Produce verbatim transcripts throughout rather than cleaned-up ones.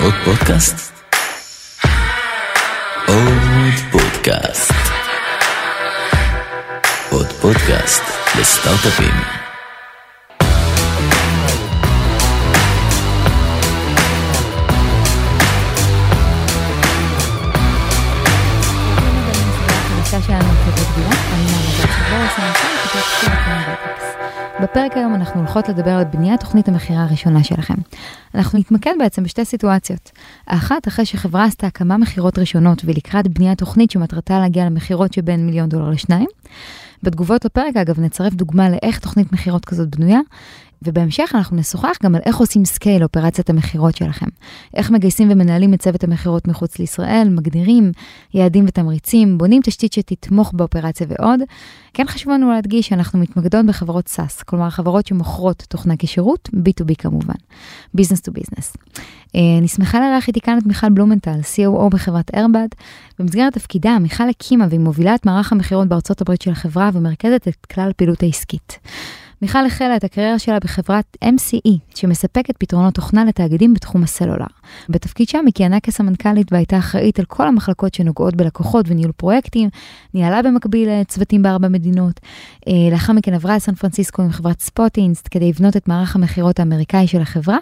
עוד פודקאסט? עוד פודקאסט. עוד פודקאסט לסטארט-אפים. בפרק היום אנחנו הולכות לדבר על בניית תוכנית המחירה הראשונה שלכם. אנחנו נתמקד בעצם בשתי סיטואציות. האחת, אחרי שחברה עשתה כמה מחירות ראשונות ולקראת בניית תוכנית שמטרתה להגיע למחירות שבין מיליון דולר לשניים. בתגובות לפרק, אגב, נצרף דוגמה לאיך תוכנית מחירות כזאת בנויה, ובהמשך אנחנו נשוחח גם על איך עושים סקייל אופרציית המחירות שלכם. איך מגייסים ומנהלים את צוות המחירות מחוץ לישראל, מגדירים יעדים ותמריצים, בונים תשתית שתתמוך באופרציה ועוד. כן חשוב לנו להדגיש שאנחנו מתמקדות בחברות סאס, כלומר חברות שמוכרות תוכנה כשירות, בי טו בי כמובן, ביזנס טו ביזנס. אני שמחה לארח איתי כאן את מיכל בלומנטל, סי או או בחברת איירבד. במסגרת תפקידה, מיכל הקימה והיא מובילה את מערך המחירות בארצות הברית של החברה ומרכזת את כלל הפעילות העסקית. מיכל החלה את הקריירה שלה בחברת אם סי אי, שמספקת פתרונות תוכנה לתאגידים בתחום הסלולר. בתפקיד שם היא כיהנה כסמנכ"לית והייתה אחראית על כל המחלקות שנוגעות בלקוחות וניהול פרויקטים, ניהלה במקביל צוותים בארבע מדינות. לאחר מכן עברה לסן פרנסיסקו עם חברת ספוטינסט, כדי לבנות את מערך המחירות האמריקאי של החברה,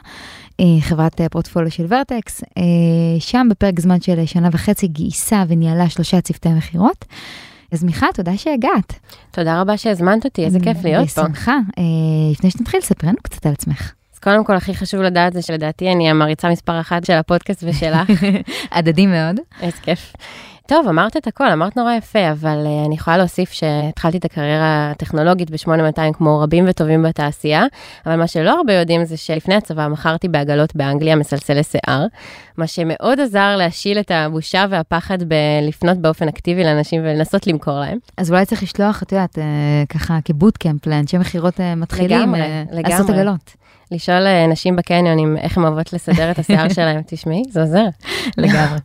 חברת פורטפוליו של ורטקס. שם בפרק זמן של שנה וחצי גייסה וניהלה שלושה צוותי מחירות. אז מיכל, תודה שהגעת. תודה רבה שהזמנת אותי, איזה כיף להיות פה. בשמחה. לפני שנתחיל, ספרנו קצת על עצמך. אז קודם כל, הכי חשוב לדעת זה שלדעתי אני המריצה מספר אחת של הפודקאסט ושלך. הדדי מאוד. איזה כיף. טוב, אמרת את הכל, אמרת נורא יפה, אבל uh, אני יכולה להוסיף שהתחלתי את הקריירה הטכנולוגית ב-שמונה מאתיים כמו רבים וטובים בתעשייה, אבל מה שלא הרבה יודעים זה שלפני הצבא מכרתי בעגלות באנגליה מסלסלי שיער, מה שמאוד עזר להשיל את הבושה והפחד בלפנות באופן אקטיבי לאנשים ולנסות למכור להם. אז אולי צריך לשלוח, את יודעת, ככה כבוטקאמפ לאנשי מחירות מתחילים, לגמרי, לגמרי. לעשות עגלות. לשאול נשים בקניונים איך הם אוהבות לסדר את השיער שלהם, תשמעי, זה עוזר. לגמרי.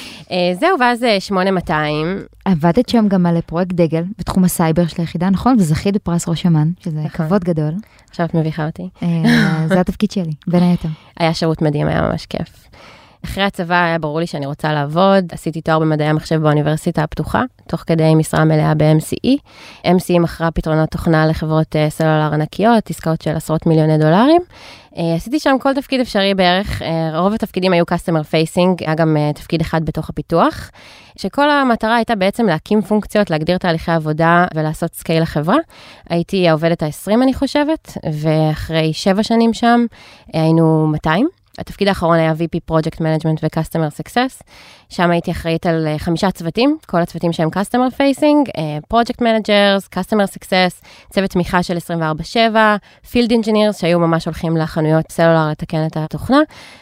זהו, ואז שמונה מאתיים. עבדת שם גם על פרויקט דגל בתחום הסייבר של היחידה, נכון? וזכית בפרס ראש אמ"ן, שזה כבוד גדול. עכשיו את מביכה אותי. זה התפקיד שלי, בין היתר. היה שירות מדהים, היה ממש כיף. אחרי הצבא היה ברור לי שאני רוצה לעבוד, עשיתי תואר במדעי המחשב באוניברסיטה הפתוחה, תוך כדי משרה מלאה ב-אם סי אי. אם סי אי מכרה פתרונות תוכנה לחברות סלולר ענקיות, עסקאות של עשרות מיליוני דולרים. עשיתי שם כל תפקיד אפשרי בערך, רוב התפקידים היו customer facing, היה גם תפקיד אחד בתוך הפיתוח, שכל המטרה הייתה בעצם להקים פונקציות, להגדיר תהליכי עבודה ולעשות סקייל לחברה. הייתי העובדת ה-עשרים אני חושבת, ואחרי שבע שנים שם היינו מאתיים. התפקיד האחרון היה וי פי Project Management ו-Customer Success, שם הייתי אחראית על חמישה צוותים, כל הצוותים שהם Customer Facing, Project Managers, Customer Success, צוות תמיכה של עשרים וארבע שבע, Field Engineers שהיו ממש הולכים לחנויות סלולר לתקן את התוכנה,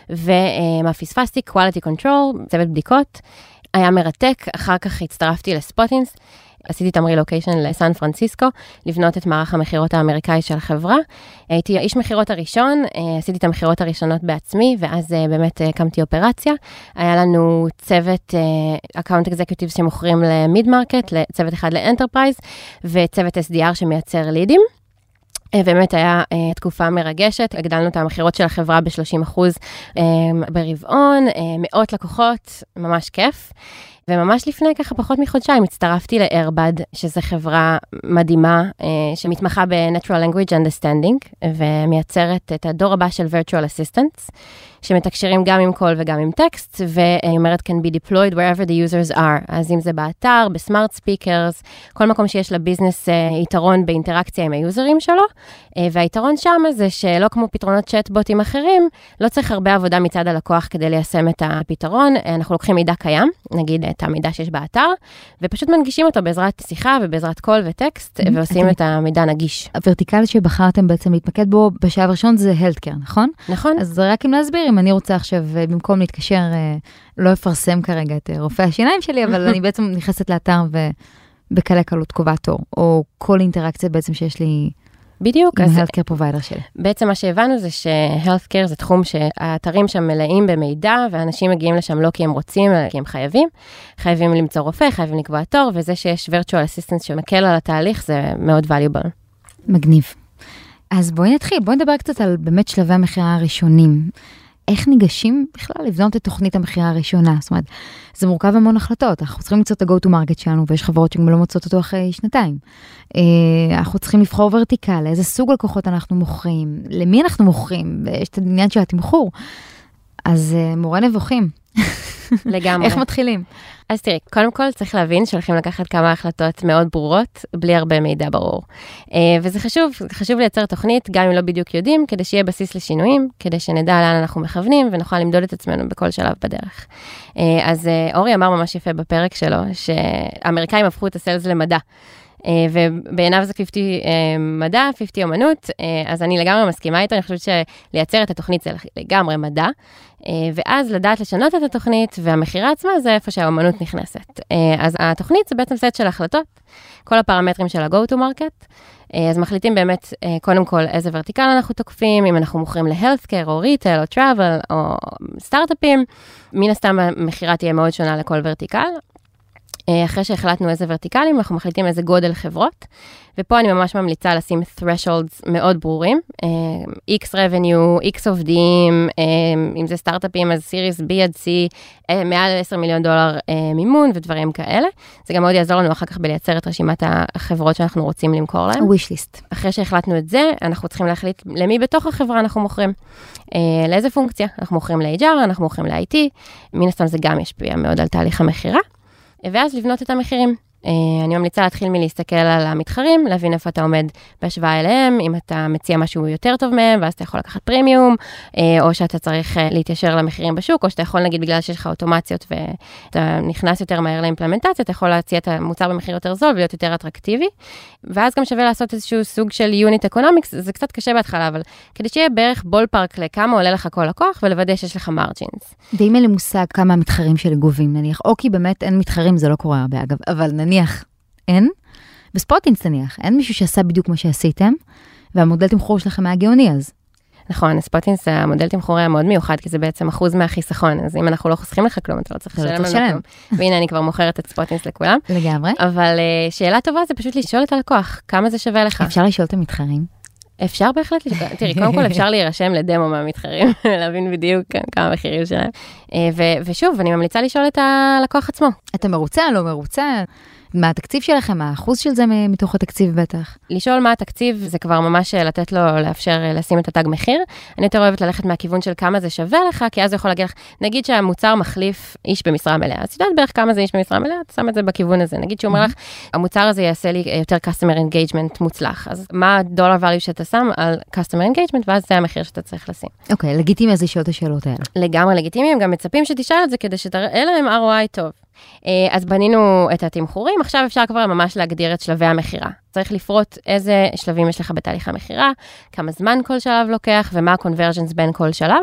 ומה פספסתי, Quality Control, צוות בדיקות, היה מרתק, אחר כך הצטרפתי לספוטינס, עשיתי תמרי רילוקיישן לסן פרנסיסקו, לבנות את מערך המחירות האמריקאי של החברה. הייתי איש מחירות הראשון, עשיתי את המחירות הראשונות בעצמי, ואז באמת הקמתי אופרציה. היה לנו צוות אקאונט אקזקיוטיב שמוכרים למיד מרקט, צוות אחד לאנטרפרייז, וצוות אס די אר שמייצר לידים. באמת היה תקופה מרגשת, הגדלנו את המחירות של החברה ב-שלושים אחוז ברבעון, מאות לקוחות, ממש כיף. וממש לפני ככה פחות מחודשיים הצטרפתי לאיירבד, שזו חברה מדהימה שמתמחה ב-Natural Language Understanding, ומייצרת את הדור הבא של Virtual Assistants, שמתקשרים גם עם קול וגם עם טקסט, והיא אומרת can be deployed wherever the users are. אז אם זה באתר, בסמארט ספיקרס, כל מקום שיש לביזנס יתרון באינטראקציה עם היוזרים שלו, והיתרון שם זה שלא כמו פתרונות צ'אטבוטים אחרים, לא צריך הרבה עבודה מצד הלקוח כדי ליישם את הפתרון. אנחנו לוקחים מידע קיים, נגיד את המידע שיש באתר, ופשוט מנגישים אותו בעזרת שיחה ובעזרת קול וטקסט, ועושים את המידע נגיש. הוורטיקל שבחרתם בעצם להתמקד בו בשלב הראשון זה healthcare, נכון? נכון. אז רק אם להסביר, אם אני רוצה עכשיו, במקום להתקשר, לא אפרסם כרגע את רופא השיניים שלי, אבל אני בעצם נכנסת לאתר ובקלה קלות קובעת תור, או כל אינטראקציה בעצם שיש לי בדיוק. עם ה-healthcare provider שלי. בעצם מה שהבנו זה ש-healthcare זה תחום שהאתרים שם מלאים במידע, ואנשים מגיעים לשם לא כי הם רוצים, אלא כי הם חייבים. חייבים למצוא רופא, חייבים לקבוע תור, וזה שיש virtual assistant שמקל על התהליך, זה מאוד valuable. מגניב. אז בואי נתחיל, בואי נדבר קצת על באמת שלבי המחירה הראשונים. איך ניגשים בכלל לבנות את תוכנית המחירה הראשונה? זאת אומרת, זה מורכב המון החלטות, אנחנו צריכים למצוא את ה-go to market שלנו, ויש חברות שגם לא מוצאות אותו אחרי שנתיים. אנחנו צריכים לבחור ורטיקל, לאיזה סוג לקוחות אנחנו מוכרים, למי אנחנו מוכרים, יש את העניין של התמחור. אז מורה נבוכים. לגמרי. איך מתחילים? אז תראי, קודם כל צריך להבין שהולכים לקחת כמה החלטות מאוד ברורות, בלי הרבה מידע ברור. וזה חשוב, חשוב לייצר תוכנית, גם אם לא בדיוק יודעים, כדי שיהיה בסיס לשינויים, כדי שנדע לאן אנחנו מכוונים, ונוכל למדוד את עצמנו בכל שלב בדרך. אז אורי אמר ממש יפה בפרק שלו, שהאמריקאים הפכו את הסיילס למדע. ובעיניו זה חמישים מדע, חמישים אומנות, אז אני לגמרי מסכימה איתו, אני חושבת שלייצר את התוכנית זה לגמרי מדע, ואז לדעת לשנות את התוכנית, והמחירה עצמה זה איפה שהאומנות נכנסת. אז התוכנית זה בעצם סט של החלטות, כל הפרמטרים של ה-go to market, אז מחליטים באמת קודם כל איזה ורטיקל אנחנו תוקפים, אם אנחנו מוכרים ל-healthcare או retail או travel או סטארט-אפים, מן הסתם המחירה תהיה מאוד שונה לכל ורטיקל, אחרי שהחלטנו איזה ורטיקלים, אנחנו מחליטים איזה גודל חברות, ופה אני ממש ממליצה לשים thresholds מאוד ברורים, X revenue, X עובדים, אם זה סטארט-אפים, אז סיריס B עד C, מעל עשרה מיליון דולר מימון ודברים כאלה. זה גם מאוד יעזור לנו אחר כך בלייצר את רשימת החברות שאנחנו רוצים למכור להם. wish list. אחרי שהחלטנו את זה, אנחנו צריכים להחליט למי בתוך החברה אנחנו מוכרים. לאיזה פונקציה? אנחנו מוכרים ל-H R, אנחנו מוכרים ל-I T, מן הסתם זה גם ישפיע מאוד על תהליך המחירה. ואז לבנות את המחירים. אני ממליצה להתחיל מלהסתכל על המתחרים, להבין איפה אתה עומד בהשוואה אליהם, אם אתה מציע משהו יותר טוב מהם, ואז אתה יכול לקחת פרימיום, או שאתה צריך להתיישר למחירים בשוק, או שאתה יכול, נגיד, בגלל שיש לך אוטומציות, ואתה נכנס יותר מהר לאימפלמנטציה, אתה יכול להציע את המוצר במחיר יותר זול, ולהיות יותר אטרקטיבי, ואז גם שווה לעשות איזשהו סוג של יוניט אקונומיקס, זה קצת קשה בהתחלה, אבל כדי שיהיה בערך בול פארק לכמה עולה לך כל לקוח, ולוודא שיש לך מרג'ינס. ואם אין לי מושג כמה המתחרים שלי גובים, נניח, או כי באמת אין מתחרים, זה לא קורה הרבה, אגב, אבל נניח, אין, בספוטינס נניח, אין מישהו שעשה בדיוק מה שעשיתם, והמודל תמחור שלכם היה גאוני אז. נכון, ספוטינס, המודל תמחור היה מאוד מיוחד, כי זה בעצם אחוז מהחיסכון, אז אם אנחנו לא חוסכים לך כלום, אתה לא צריך לשלם על כלום. והנה, אני כבר מוכרת את ספוטינס לכולם. לגמרי. אבל שאלה טובה זה פשוט לשאול את הלקוח, כמה זה שווה לך. אפשר לשאול את המתחרים? אפשר בהחלט לשאול, תראי, קודם כל אפשר להירשם לדמו מהמתחרים, להבין בדיוק כמה מחירים שלהם. ושוב, אני ממליצה לשאול את הלקוח עצמו. אתה מרוצה, לא מרוצה? מה התקציב שלכם? מה האחוז של זה מתוך התקציב בטח? לשאול מה התקציב זה כבר ממש לתת לו, לאפשר לשים את התג מחיר. אני יותר אוהבת ללכת מהכיוון של כמה זה שווה לך, כי אז הוא יכול להגיד לך, נגיד שהמוצר מחליף איש במשרה מלאה. אז יודעת בערך כמה זה איש במשרה מלאה, אתה שם את זה בכיוון הזה. נגיד שהוא אומר לך, המוצר הזה יעשה לי יותר customer engagement מוצלח. אז מה ה-dollar value שאתה שם על customer engagement, ואז זה המחיר שאתה צריך לשים. אוקיי, לגיטימי אז לשאול את השאלות האלה. לגמרי לגיטימי, הם גם מצפים שתשאל את זה כדי שתראה להם אר או איי טוב. אז בנינו את התמחורים, עכשיו אפשר כבר ממש להגדיר את שלבי המחירה. צריך לפרוט איזה שלבים יש לך בתהליך המחירה, כמה זמן כל שלב לוקח, ומה ה-conversions בין כל שלב.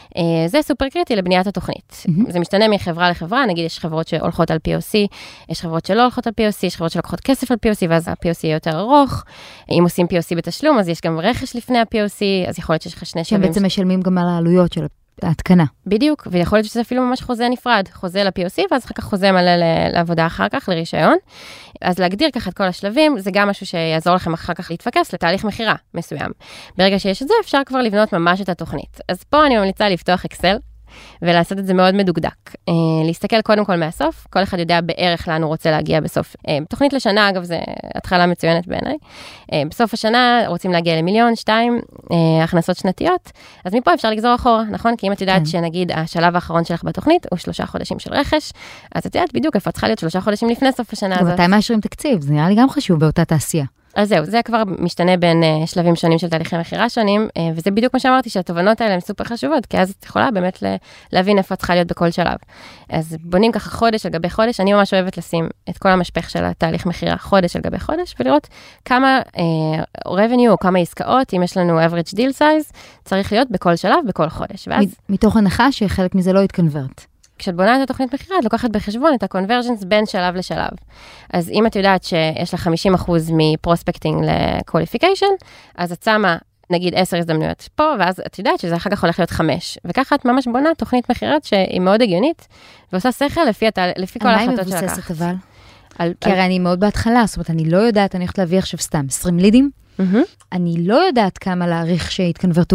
זה סופר קריטי לבניית התוכנית. Mm-hmm. זה משתנה מחברה לחברה, נגיד יש חברות שהולכות על פי או סי, יש חברות שלא הולכות על פי או סי, יש חברות שלוקחות כסף על פי או סי, ואז ה-פי או סי יהיה יותר ארוך. אם עושים פי או סי בתשלום, אז יש גם רכש לפני ה-פי או סי, אז יכול להיות שיש לך שני שלבים. שבעצם משלמים גם על העלויות של ההתקנה. בדיוק, ויכול להיות שזה אפילו ממש חוזה נפרד, חוזה ל-פי או סי, ואז אחר כך חוזה מלא לעבודה אחר כך, לרישיון. אז להגדיר ככה את כל השלבים, זה גם משהו שיעזור לכם אחר כך להתפקס לתהליך מחירה מסוים. ברגע שיש את זה, אפשר כבר לבנות ממש את התוכנית. אז פה אני ממליצה לפתוח אקסל, ולעשות את זה מאוד מדוקדק. להסתכל קודם כל מהסוף, כל אחד יודע בערך לאן הוא רוצה להגיע בסוף. תוכנית לשנה, אגב, זה התחלה מצוינת בעיניי. בסוף השנה רוצים להגיע למיליון, שתיים, הכנסות שנתיות, אז מפה אפשר לגזור אחורה, נכון? כי אם את יודעת שנגיד השלב האחרון שלך בתוכנית הוא שלושה חודשים של רכש, אז את יודעת בדיוק איפה צריכה להיות שלושה חודשים לפני סוף השנה הזאת. ומתי מאשרים תקציב? זה נראה לי גם חשוב באותה תעשייה. אז זהו, זה כבר משתנה בין uh, שלבים שונים של תהליכי מחירה שונים, uh, וזה בדיוק מה שאמרתי, שהתובנות האלה הן סופר חשובות, כי אז את יכולה באמת ל- להבין איפה את צריכה להיות בכל שלב. אז בונים ככה חודש על גבי חודש, אני ממש אוהבת לשים את כל המשפך של התהליך מחירה חודש על גבי חודש, ולראות כמה uh, revenue או כמה עסקאות, אם יש לנו average deal size, צריך להיות בכל שלב, בכל חודש. ואז... מתוך הנחה שחלק מזה לא יתקנברט. כשאת בונה את התוכנית מחירה, את לוקחת בחשבון את ה-conversions בין שלב לשלב. אז אם את יודעת שיש לך חמישים אחוז מפרוספקטינג ל-qualification, אז את שמה, נגיד, עשר הזדמנויות פה, ואז את יודעת שזה אחר כך הולך להיות חמש. וככה את ממש בונה תוכנית מחירת שהיא מאוד הגיונית, ועושה שכל לפי, לפי כל ההחלטות שלך. על מה היא מבוססת אבל? על, כי הרי אני מאוד בהתחלה, זאת אומרת, אני לא יודעת, אני הולכת להביא עכשיו סתם עשרים לידים, אני לא יודעת כמה להעריך שהתקנברטו.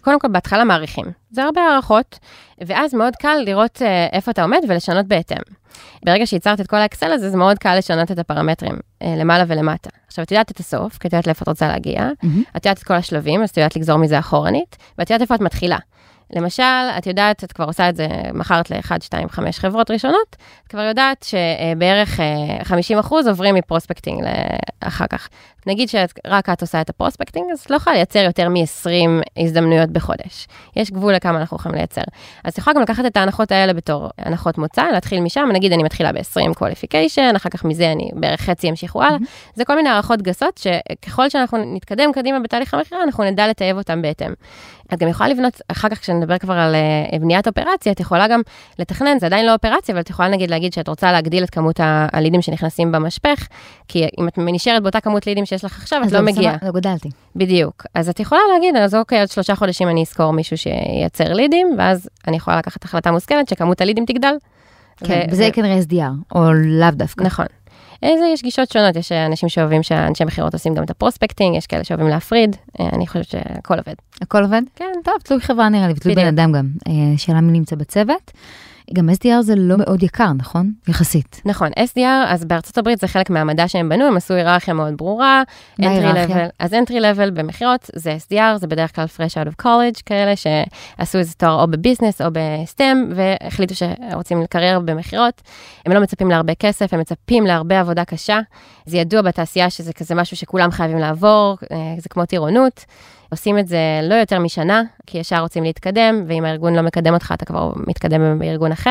קודם כל בהתחלה מעריכים. זה הרבה הערכות, ואז מאוד קל לראות איפה אתה עומד ולשנות בהתאם. ברגע שיצרת את כל האקסל הזה, זה מאוד קל לשנות את הפרמטרים, למעלה ולמטה. עכשיו, את יודעת את הסוף, כי את יודעת לאיפה את רוצה להגיע, את יודעת את כל השלבים, אז את יודעת לגזור מזה אחורנית, ואת יודעת איפה את מתחילה. למשל, את יודעת, את כבר עושה את זה, מחרת ל-אחת, שתיים, חמש חברות ראשונות, את כבר יודעת שבערך חמישים אחוז עוברים מפרוספקטינג אחר כך. נגיד שרק את עושה את הפרוספקטינג, אז את לא יכולה לייצר יותר מ-עשרים הזדמנויות בחודש. יש גבול לכמה אנחנו יכולים לייצר. אז את יכולה גם לקחת את ההנחות האלה בתור הנחות מוצא, להתחיל משם, נגיד אני מתחילה ב-עשרים qualification, אחר כך מזה אני בערך חצי המשיכו הלאה. זה כל מיני הערכות גסות, שככל שאנחנו נתקדם קדימה בתהליך המחירה, אנחנו נדע לטייב אותם בהתאם. את גם יכולה לבנות, אחר כך כשנדבר כבר על בניית אופרציה, את יכולה גם לתכנן, זה עדיין לא אופרציה, אבל את יכולה נגיד להגיד שאת רוצה להגדיל את כמות הלידים שנכנסים במשפך, כי אם את נשארת באותה כמות לידים שיש לך עכשיו, את לא מגיעה. לא גדלתי. בדיוק. אז את יכולה להגיד, אז אוקיי, עוד שלושה חודשים אני אזכור מישהו שייצר לידים, ואז אני יכולה לקחת החלטה מושכלת שכמות הלידים תגדל. כן, וזה כנראה אס די אר, או לאו דווקא. נכון. איזה, יש גישות שונות, יש אנשים שאוהבים שאנשי מחירות עושים גם את הפרוספקטינג, יש כאלה שאוהבים להפריד, אני חושבת שהכל עובד. הכל עובד? כן. טוב, תלוי חברה נראה לי, ותלוי בן אדם גם. שאלה מי נמצא בצוות. גם אס די אר זה לא מאוד יקר, נכון? יחסית. נכון, אס די אר, אז בארצות הברית זה חלק מהמדע שהם בנו, הם עשו היררכיה מאוד ברורה. מה היררכיה? אז entry level במחירות זה אס די אר, זה בדרך כלל fresh out of college, כאלה שעשו איזה תואר או בביזנס או בסטם, והחליטו שרוצים לקריירה במחירות. הם לא מצפים להרבה כסף, הם מצפים להרבה עבודה קשה. זה ידוע בתעשייה שזה כזה משהו שכולם חייבים לעבור, זה כמו טירונות. עושים את זה לא יותר משנה, כי ישר רוצים להתקדם, ואם הארגון לא מקדם אותך, אתה כבר מתקדם בארגון אחר.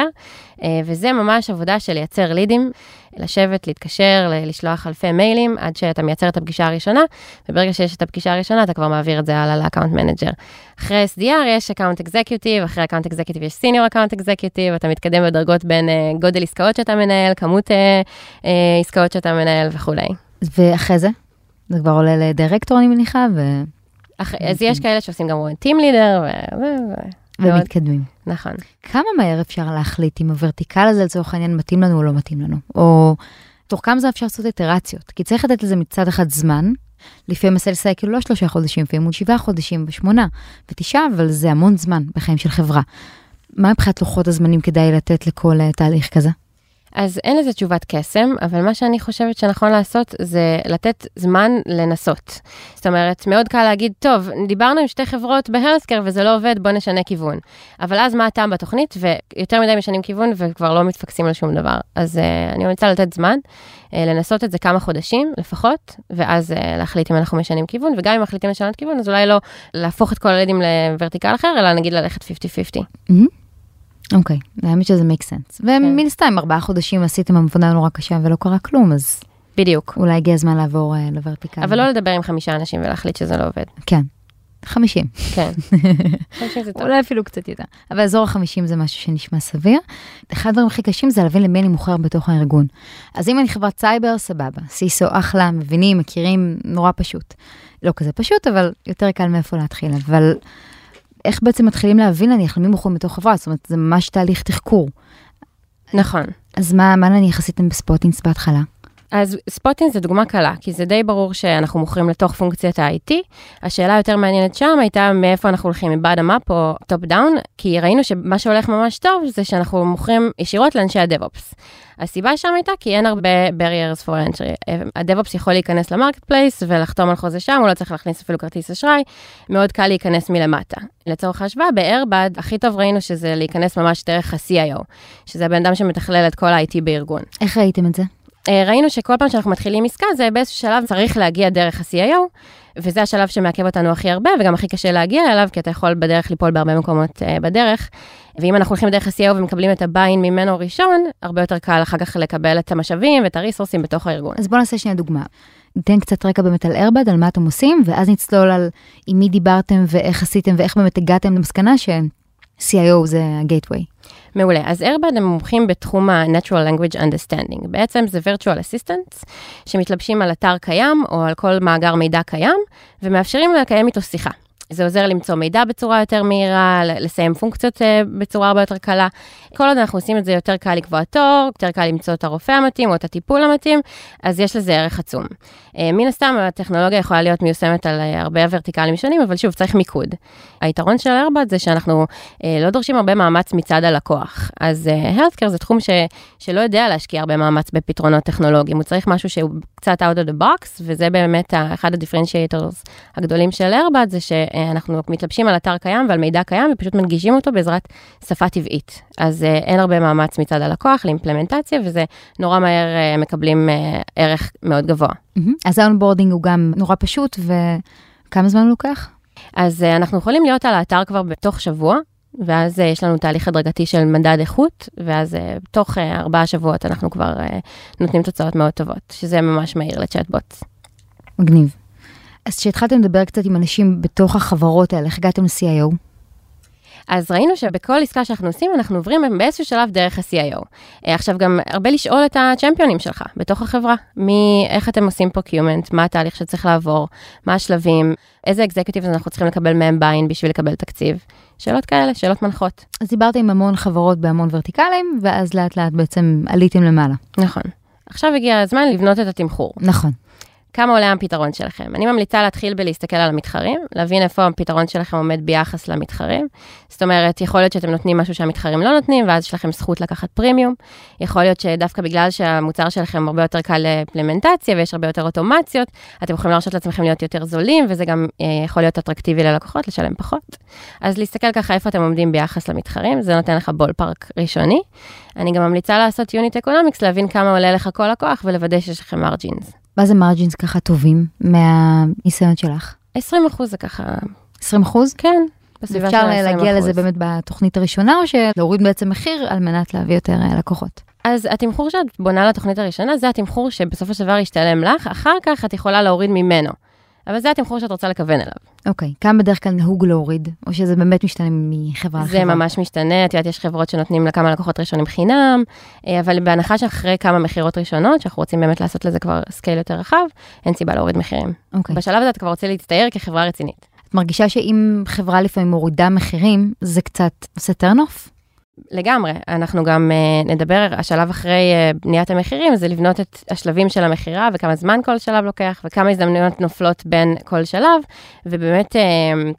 וזה ממש עבודה של לייצר לידים, לשבת, להתקשר, לשלוח אלפי מיילים, עד שאתה מייצר את הפגישה הראשונה, וברגע שיש את הפגישה הראשונה, אתה כבר מעביר את זה הלאה לאקאונט מנג'ר. אחרי אס די אר יש אקאונט אקזקיוטיב, אחרי אקאונט אקזקיוטיב יש סיניור אקאונט אקזקיוטיב, אתה מתקדם בדרגות בין גודל עסקאות שאתה מנהל, כמות עסקאות שאתה מנהל וכו'. ואחרי זה? זה כבר עולה לדירקטור, אני מניחה, ו... אז יש כאלה שעושים גם טים לידר, ומתקדמים. נכון. כמה מהר אפשר להחליט אם הוורטיקל הזה לצורך העניין מתאים לנו או לא מתאים לנו? או תוך כמה זה אפשר לעשות איטרציות? כי צריך לתת לזה מצד אחד זמן, לפעמים הסל סייקל לא שלושה חודשים, לפעמים עוד שבעה חודשים ושמונה ותשעה, אבל זה המון זמן בחיים של חברה. מה מבחינת לוחות הזמנים כדאי לתת לכל תהליך כזה? אז אין לזה תשובת קסם, אבל מה שאני חושבת שנכון לעשות זה לתת זמן לנסות. זאת אומרת, מאוד קל להגיד, טוב, דיברנו עם שתי חברות בהרסקר וזה לא עובד, בוא נשנה כיוון. אבל אז מה הטעם בתוכנית? ויותר מדי משנים כיוון וכבר לא מתפקסים על שום דבר. אז uh, אני רוצה לתת זמן, uh, לנסות את זה כמה חודשים לפחות, ואז uh, להחליט אם אנחנו משנים כיוון, וגם אם מחליטים לשנות כיוון, אז אולי לא להפוך את כל הלידים לוורטיקל אחר, אלא נגיד ללכת חמישים חמישים. Mm-hmm. אוקיי, האמת שזה make sense. ומן סתם, ארבעה חודשים עשיתם עבודה נורא קשה ולא קרה כלום, אז... בדיוק. אולי הגיע הזמן לעבור לוורטיקל. אבל לא לדבר עם חמישה אנשים ולהחליט שזה לא עובד. כן. חמישים. כן. חמישים זה טוב. אולי אפילו קצת יותר. אבל אזור החמישים זה משהו שנשמע סביר. אחד הדברים הכי קשים זה להבין למי אני מוכר בתוך הארגון. אז אם אני חברת סייבר, סבבה. סיסו, אחלה, מבינים, מכירים, נורא פשוט. לא כזה פשוט, אבל יותר קל מאיפה להתחיל. אבל... איך בעצם מתחילים להבין נניח למי מוכרים בתוך חברה? זאת אומרת, זה ממש תהליך תחקור. נכון. אז מה, מה נניח עשיתם בספוטינס בהתחלה? אז ספוטינס זה דוגמה קלה, כי זה די ברור שאנחנו מוכרים לתוך פונקציית ה-איי טי. השאלה היותר מעניינת שם הייתה מאיפה אנחנו הולכים, מבאדם אפ או טופ דאון, כי ראינו שמה שהולך ממש טוב זה שאנחנו מוכרים ישירות לאנשי הדב-אופס. הסיבה שם הייתה כי אין הרבה barriers for entry. הדב-אופס יכול להיכנס למרקט פלייס ולחתום על חוזה שם, הוא לא צריך להכניס אפילו כרטיס אשראי, מאוד קל להיכנס מלמטה. לצורך ההשוואה, ב-Airbud הכי טוב ראינו שזה להיכנס ממש דרך ה-סי איי או, שזה הבן אדם שמתכלל את כל ה-איי טי בארגון. איך ראיתם את זה? ראינו שכל פעם שאנחנו מתחילים עסקה, זה באיזשהו שלב צריך להגיע דרך ה-סי איי או, וזה השלב שמעכב אותנו הכי הרבה, וגם הכי קשה להגיע אליו, כי אתה יכול בדרך ליפול בהרבה מקומות uh, בדרך. ואם אנחנו הולכים דרך ה-סי איי או ומקבלים את הביין ממנו ראשון, הרבה יותר קל אחר כך לקבל את המשאבים ואת הריסורסים בתוך הארגון. אז בוא נעשה שנייה דוגמה. ניתן קצת רקע באמת על Airbud, על מה אתם עושים, ואז נצלול על עם מי דיברתם ואיך עשיתם ואיך באמת הגעתם למסקנה ש-סי איי או זה ה-gateway. מעולה. אז Airbud הם מומחים בתחום ה-Natural Language Understanding. בעצם זה Virtual Assistants שמתלבשים על אתר קיים או על כל מאגר מידע קיים, ומאפשרים לקיים איתו שיחה. זה עוזר למצוא מידע בצורה יותר מהירה, לסיים פונקציות בצורה הרבה יותר קלה. כל עוד אנחנו עושים את זה יותר קל לקבוע תור, יותר קל למצוא את הרופא המתאים או את הטיפול המתאים, אז יש לזה ערך עצום. מן הסתם, הטכנולוגיה יכולה להיות מיושמת על הרבה ורטיקלים שונים, אבל שוב, צריך מיקוד. היתרון של איירבט זה שאנחנו לא דורשים הרבה מאמץ מצד הלקוח. אז healthcare זה תחום ש, שלא יודע להשקיע הרבה מאמץ בפתרונות טכנולוגיים. הוא צריך משהו שהוא קצת out of the box, וזה באמת אחד ה-differentiators הגדולים של איירבט, זה שאנחנו מתלבשים על אתר קיים ועל מידע קיים, ופשוט מנגישים אותו בעזרת שפה טבעית. אז אין הרבה מאמץ מצד הלקוח לאימפלמנטציה, וזה נורא מהר מקבלים ערך מאוד גבוה. אז האונבורדינג הוא גם נורא פשוט, וכמה זמן הוא לוקח? אז אנחנו יכולים להיות על האתר כבר בתוך שבוע, ואז יש לנו תהליך הדרגתי של מדד איכות, ואז בתוך ארבעה שבועות אנחנו כבר נותנים תוצאות מאוד טובות, שזה ממש מהיר לצ'אטבוט. מגניב. אז כשהתחלתם לדבר קצת עם אנשים בתוך החברות האלה, איך הגעתם ל-סי איי או? אז ראינו שבכל עסקה שאנחנו עושים, אנחנו עוברים באיזשהו שלב דרך ה-סי איי או. עכשיו גם הרבה לשאול את הצ'מפיונים שלך בתוך החברה, מי, איך אתם עושים פרוקיומנט, מה התהליך שצריך לעבור, מה השלבים, איזה אקזקיוטיב אנחנו צריכים לקבל מהם ביין בשביל לקבל תקציב. שאלות כאלה, שאלות מנחות. אז דיברתם עם המון חברות בהמון ורטיקלים, ואז לאט לאט בעצם עליתם למעלה. נכון. עכשיו הגיע הזמן לבנות את התמחור. נכון. כמה עולה הפתרון שלכם? אני ממליצה להתחיל בלהסתכל על המתחרים, להבין איפה הפתרון שלכם עומד ביחס למתחרים. זאת אומרת, יכול להיות שאתם נותנים משהו שהמתחרים לא נותנים, ואז יש לכם זכות לקחת פרימיום. יכול להיות שדווקא בגלל שהמוצר שלכם הרבה יותר קל לאימפלמנטציה, ויש הרבה יותר אוטומציות, אתם יכולים להרשות לעצמכם להיות יותר זולים, וזה גם יכול להיות אטרקטיבי ללקוחות, לשלם פחות. אז להסתכל ככה איפה אתם עומדים ביחס למתחרים, זה נותן לך בול פארק ראשוני. אני גם ממליצה לעשות יוניט אקונומיקס, להבין כמה עולה לך כל לקוח, ולוודא שיש לכם מרג'ינס. מה זה מרג'ינס ככה טובים מהניסיון שלך? עשרים אחוז זה ככה. עשרים אחוז? כן. אפשר להגיע לזה באמת בתוכנית הראשונה, או שלהוריד בעצם מחיר על מנת להביא יותר לקוחות? אז התמחור שאת בונה לתוכנית הראשונה, זה התמחור שבסופו של דבר ישתלם לך, אחר כך את יכולה להוריד ממנו. אבל זה התמחור שאת רוצה לכוון אליו. אוקיי, כמה בדרך כלל נהוג להוריד, או שזה באמת משתנה מחברה לחברה? זה ממש משתנה, את יודעת, יש חברות שנותנים לכמה לקוחות ראשונים חינם, אבל בהנחה שאחרי כמה מחירות ראשונות, שאנחנו רוצים באמת לעשות לזה כבר סקייל יותר רחב, אין סיבה להוריד מחירים. אוקיי. בשלב הזה את כבר רוצה להצטייר כחברה רצינית. את מרגישה שאם חברה לפעמים מורידה מחירים, זה קצת עושה טרנוף? לגמרי, אנחנו גם uh, נדבר, השלב אחרי uh, בניית המחירים, זה לבנות את השלבים של המחירה, וכמה זמן כל שלב לוקח, וכמה הזדמנויות נופלות בין כל שלב, ובאמת, uh,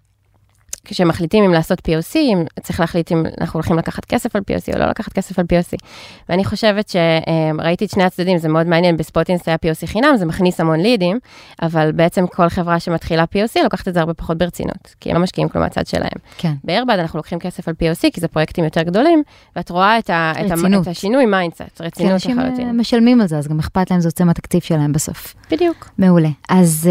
כשמחליטים אם לעשות פי או סי, אם צריך להחליט אם אנחנו הולכים לקחת כסף על פי או סי, או לא לקחת כסף על פי או סי. ואני חושבת שראיתי את שני הצדדים, זה מאוד מעניין, בספוטינס היה פי או סי חינם, זה מכניס המון לידים, אבל בעצם כל חברה שמתחילה פי או סי, לוקחת את זה הרבה פחות ברצינות, כי הם לא משקיעים כלום מהצד שלהם. כן. באיירבד אנחנו לוקחים כסף על פי או סי, כי זה פרויקטים יותר גדולים, ואת רואה את, ה, את, ה, את השינוי מיינדסט, רצינות לחלוטין. אנשים משלמים על זה, אז גם אכפת להם, זה יוצא מהתקציב שלהם בסוף. בדיוק. מעולה. אז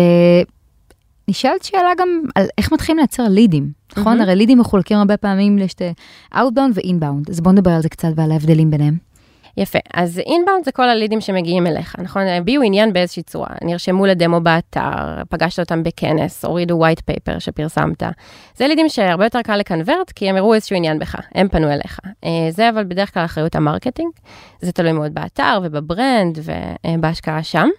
נשאלת שאלה גם על איך מתחילים לייצר לידים, נכון? הרי לידים מחולקים הרבה פעמים לשתי Outbound ו-Inbound, אז בואו נדבר על זה קצת ועל ההבדלים ביניהם. יפה, אז Inbound זה כל הלידים שמגיעים אליך, נכון? הביאו עניין באיזושהי צורה, נרשמו לדמו באתר, פגשת אותם בכנס, הורידו white paper שפרסמת. זה לידים שהרבה יותר קל לקנברט, כי הם הראו איזשהו עניין בך, הם פנו אליך. זה אבל בדרך כלל אחריות המרקטינג, זה תלוי מאוד באתר ובברנד ובהשקעה שם.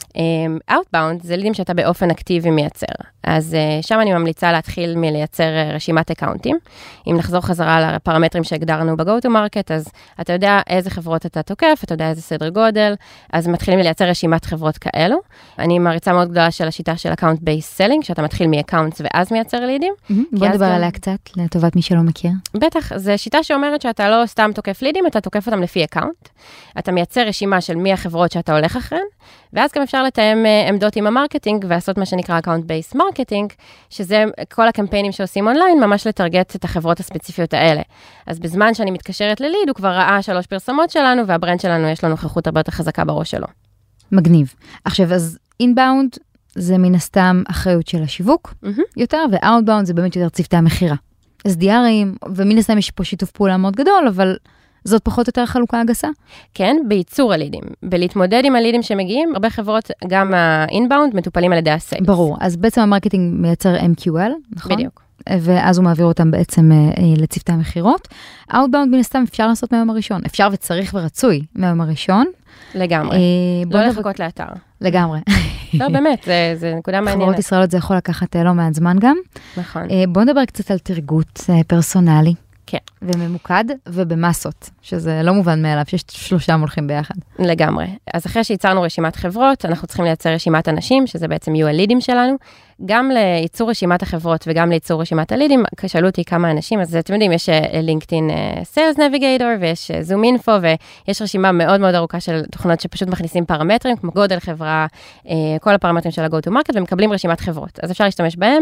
Outbound זה לידים שאתה באופן אקטיבי מייצר. אז שם אני ממליצה להתחיל מלייצר רשימת אקאונטים. אם נחזור חזרה לפרמטרים שהגדרנו ב-Go-to-Market, אז אתה יודע איזה חברות אתה תוקף, אתה יודע איזה סדר גודל, אז מתחילים לייצר רשימת חברות כאלו. אני מעריצה מאוד גדולה של השיטה של Account-Based Selling, שאתה מתחיל מ-Accounts ואז מייצר לידים. בוא נדבר עליה קצת, לטובת מי שלא מכיר. בטח, זו שיטה שאומרת שאתה לא סתם תוקף לידים, אתה תוקף אותם לפי אקאונט. אתה מייצר רשימה של מי החברות שאתה הולך אחריהן, ואז גם אפשר לתאם עמדות עם המרקטינג, ועשות מה שנקרא Account-Based Marketing, שזה כל הקמפיינים שעושים אונליין, ממש לטרגט את החברות הספציפיות האלה. אז בזמן שאני מתקשרת לליד, הוא כבר ראה שלוש פרסומות שלנו, והברנד שלנו יש לו נוכחות הרבה יותר חזקה בראש שלו. מגניב. עכשיו, אז Inbound זה מן הסתם אחריות של השיווק mm-hmm. יותר, ו-Outbound זה באמת יותר צוותי המחירה. אז דיארים, ומן הסתם יש פה שיתוף פעולה מאוד גדול, אבל זאת פחות או יותר חלוקה הגסה? כן, בייצור הלידים. בלהתמודד עם הלידים שמגיעים, הרבה חברות, גם ה-inbound, מטופלים על ידי הסיילס. ברור, אז בעצם המרקטינג מייצר אם קיו אל, נכון? בדיוק. ואז הוא מעביר אותם בעצם לצוותי המחירות. Outbound מן הסתם אפשר לעשות מהיום הראשון. אפשר וצריך ורצוי מהיום הראשון. לגמרי. לא לחכות לאתר. לגמרי. לא, באמת, זה, זה נקודה מעניינת. חברות ישראליות זה יכול לקחת לא מעט זמן גם. נכון. בואו נדבר קצת על תרגות פרסונלי. כן. וממוקד ובמסות, שזה לא מובן מאליו, שיש שלושה מולכים ביחד. לגמרי. אז אחרי שייצרנו רשימת חברות, אנחנו צריכים לייצר רשימת אנשים, שזה בעצם יהיו הלידים שלנו. גם לייצור רשימת החברות וגם לייצור רשימת הלידים, כשאלו אותי כמה אנשים, אז אתם יודעים, יש לינקדאין סיילס נביגייטור, ויש זום אינפו, ויש רשימה מאוד מאוד ארוכה של תוכנות שפשוט מכניסים פרמטרים, כמו גודל חברה, כל הפרמטרים של ה-go to market, ומקבלים רשימת חברות. אז אפשר להשתמש בהם.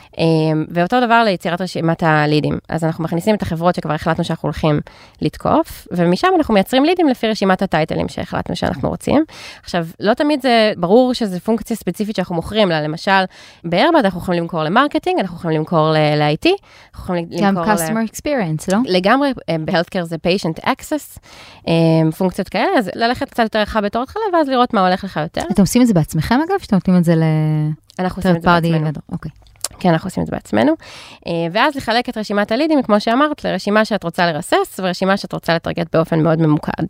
ואותו דבר ליצירת רשימת הלידים. אז אנחנו מכניסים את החברות שכבר החלטנו שאנחנו הולכים לתקוף, ומשם אנחנו מייצרים לידים לפי רשימת הטייטלים שהחלטנו שאנחנו רוצים. עכשיו, לא תמיד זה ברור שזה פונקציה ספציפית שאנחנו מוכרים לה, למשל, בארבד אנחנו יכולים למכור למרקטינג, אנחנו יכולים למכור ל-איי טי, אנחנו יכולים למכור גם customer experience, לא? לגמרי, ב-healthcare זה patient access, פונקציות כאלה, אז ללכת קצת יותר רחב בתור התחלה, ואז לראות מה הולך לך יותר. אתם עושים את זה בעצמכם אגב? שאתם נותנים את זה ל... אנחנו עושים את זה בעצמנו. אוקיי. כן, אנחנו עושים את זה בעצמנו. ואז לחלק את רשימת הלידים, כמו שאמרת, לרשימה שאת רוצה לרסס, ורשימה שאת רוצה לטרגט באופן מאוד ממוקד.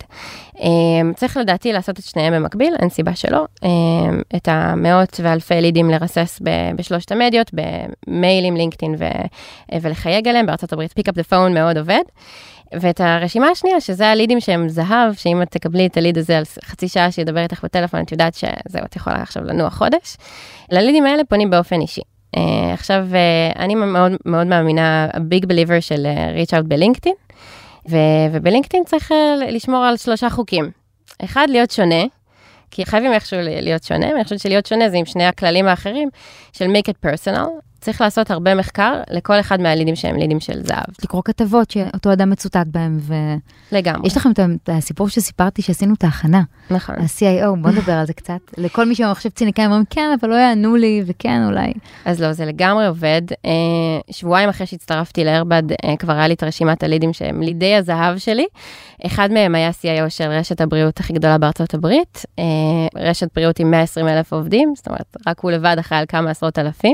צריך לדעתי לעשות את שניהם במקביל, אין סיבה שלא. את המאות ואלפי לידים לרסס בשלושת המדיות, במיילים, לינקדאין ולחייג עליהם, בארצות הברית, pick up the phone מאוד עובד. ואת הרשימה השנייה, שזה הלידים שהם זהב, שאם את תקבלי את הליד הזה על חצי שעה שידבר איתך בטלפון, את יודעת שזהו, את יכולה עכשיו לנוע חודש. ללידים האלה פונים באופן אישי. Uh, עכשיו, uh, אני מאוד, מאוד מאמינה, הביג בליבר של ריץ' אאוט בלינקדאין, ובלינקדאין צריך uh, לשמור על שלושה חוקים. אחד, להיות שונה, כי חייבים איכשהו להיות שונה, ואני חושבת שלהיות שונה זה עם שני הכללים האחרים, של make it personal, צריך לעשות הרבה מחקר לכל אחד מהלידים שהם לידים של זהב. לקרוא כתבות שאותו אדם מצוטט בהם ו... לגמרי. יש לכם את הסיפור שסיפרתי שעשינו את ההכנה. נכון. ה-סי איי או, בוא נדבר על זה קצת. לכל מי שמחשב ציניקאים אומרים, כן, אבל לא יענו לי, וכן, אולי. אז לא, זה לגמרי עובד. שבועיים אחרי שהצטרפתי לארבד, כבר היה לי את רשימת הלידים שהם לידי הזהב שלי. אחד מהם היה סי איי או של רשת הבריאות הכי גדולה בארצות הברית. רשת בריאות עם מאה ועשרים אלף עובדים, זאת אומרת, רק הוא לבד אחראי על כמה עשרות אלפים.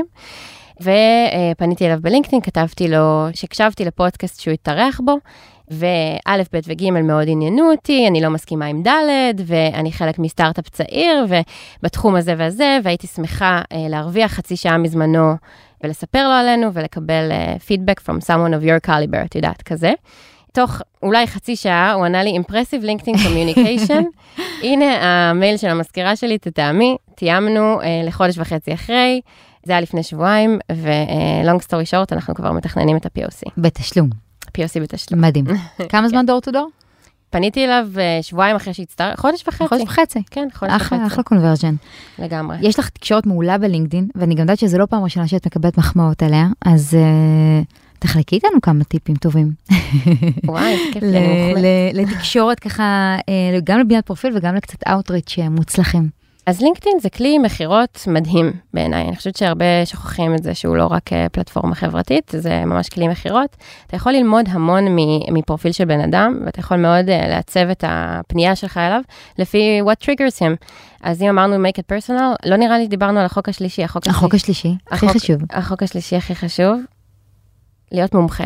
ופניתי אליו בלינקדאין, כתבתי לו שקשבתי לפודקאסט שהוא התארח בו, וא', ב' וג' מאוד עניינו אותי, אני לא מסכימה עם ד', ואני חלק מסטארט-אפ צעיר, ובתחום הזה והזה, והייתי שמחה להרוויח חצי שעה מזמנו, ולספר לו עלינו, ולקבל פידבק from someone of your caliber, את יודעת, כזה. תוך אולי חצי שעה, הוא ענה לי Impressive LinkedIn Communication, הנה המייל של המזכירה שלי, תתאמי, תיאמנו לחודש וחצי אחרי, זה היה לפני שבועיים, ו-long story short, אנחנו כבר מתכננים את ה-פי או סי. בתשלום. פי או סי בתשלום. מדהים. כמה זמן דור טו דור? פניתי אליו שבועיים אחרי שהצטרף, חודש וחצי. חודש וחצי. כן, חודש וחצי. אחלה קונברג'ן. לגמרי. יש לך תקשורת מעולה בלינקדאין, ואני גם יודעת שזה לא פעם ראשונה שאת מקבלת מחמאות עליה, אז תחלקי איתנו כמה טיפים טובים. וואי, כיף. לתקשורת ככה, גם לבניית פרופיל וגם לקצת אאוטריץ' מוצלחים. אז לינקדאין זה כלי מחירות מדהים בעיניי. אני חושבת שהרבה שוכחים את זה שהוא לא רק פלטפורמה חברתית, זה ממש כלי מחירות. אתה יכול ללמוד המון מפרופיל של בן אדם, ואתה יכול מאוד לעצב את הפנייה שלך אליו, לפי what triggers him. אז אם אמרנו make it personal, לא נראה לי דיברנו על החוק השלישי. החוק השלישי, הכי חשוב. החוק השלישי הכי חשוב, להיות מומחה.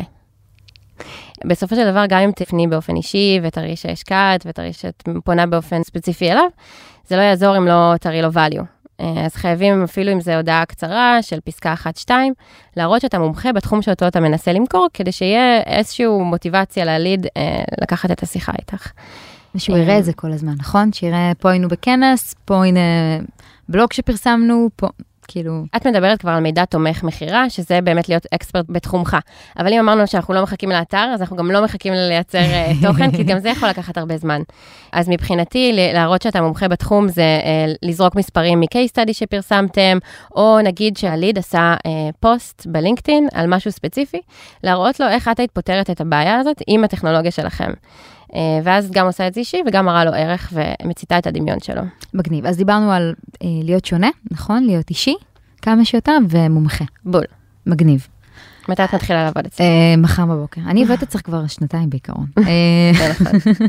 בסופו של דבר, גם אם תפני באופן אישי, ותראי שהשקעת, ותראי שאת פונה באופן ספציפי אליו, זה לא יעזור אם לא תראי לו value. אז חייבים, אפילו אם זה הודעה קצרה של פסקה אחת שתיים, להראות שאתה מומחה בתחום שאותו אתה מנסה למכור, כדי שיהיה איזושהי מוטיבציה להליד, לקחת את השיחה איתך. ושהוא יראה את זה כל הזמן, נכון? שיראה, פה היינו בכנס, פה הנה בלוג שפרסמנו, פה... כאילו... את מדברת כבר על מידע תומך מחירה, שזה באמת להיות אקספרט בתחומך. אבל אם אמרנו שאנחנו לא מחכים לאתר, אז אנחנו גם לא מחכים לייצר תוכן, כי גם זה יכול לקחת הרבה זמן. אז מבחינתי, להראות שאתה מומחה בתחום, זה לזרוק מספרים מ-case study שפרסמתם, או נגיד שהליד עשה פוסט בלינקדאין על משהו ספציפי, להראות לו איך את היית פותרת את הבעיה הזאת עם הטכנולוגיה שלכם. ואז גם עושה את זה אישי, וגם מראה לו ערך ומציתה את הדמיון שלו. מגניב. אז דיברנו על אה, להיות שונה, נכון? להיות אישי, כמה שיותר, ומומחה. בול. מגניב. מתי את מתחילה לעבוד אצלך? אה, מחר בבוקר. אני עובדת אצלך כבר שנתיים בעיקרון. זה נכון.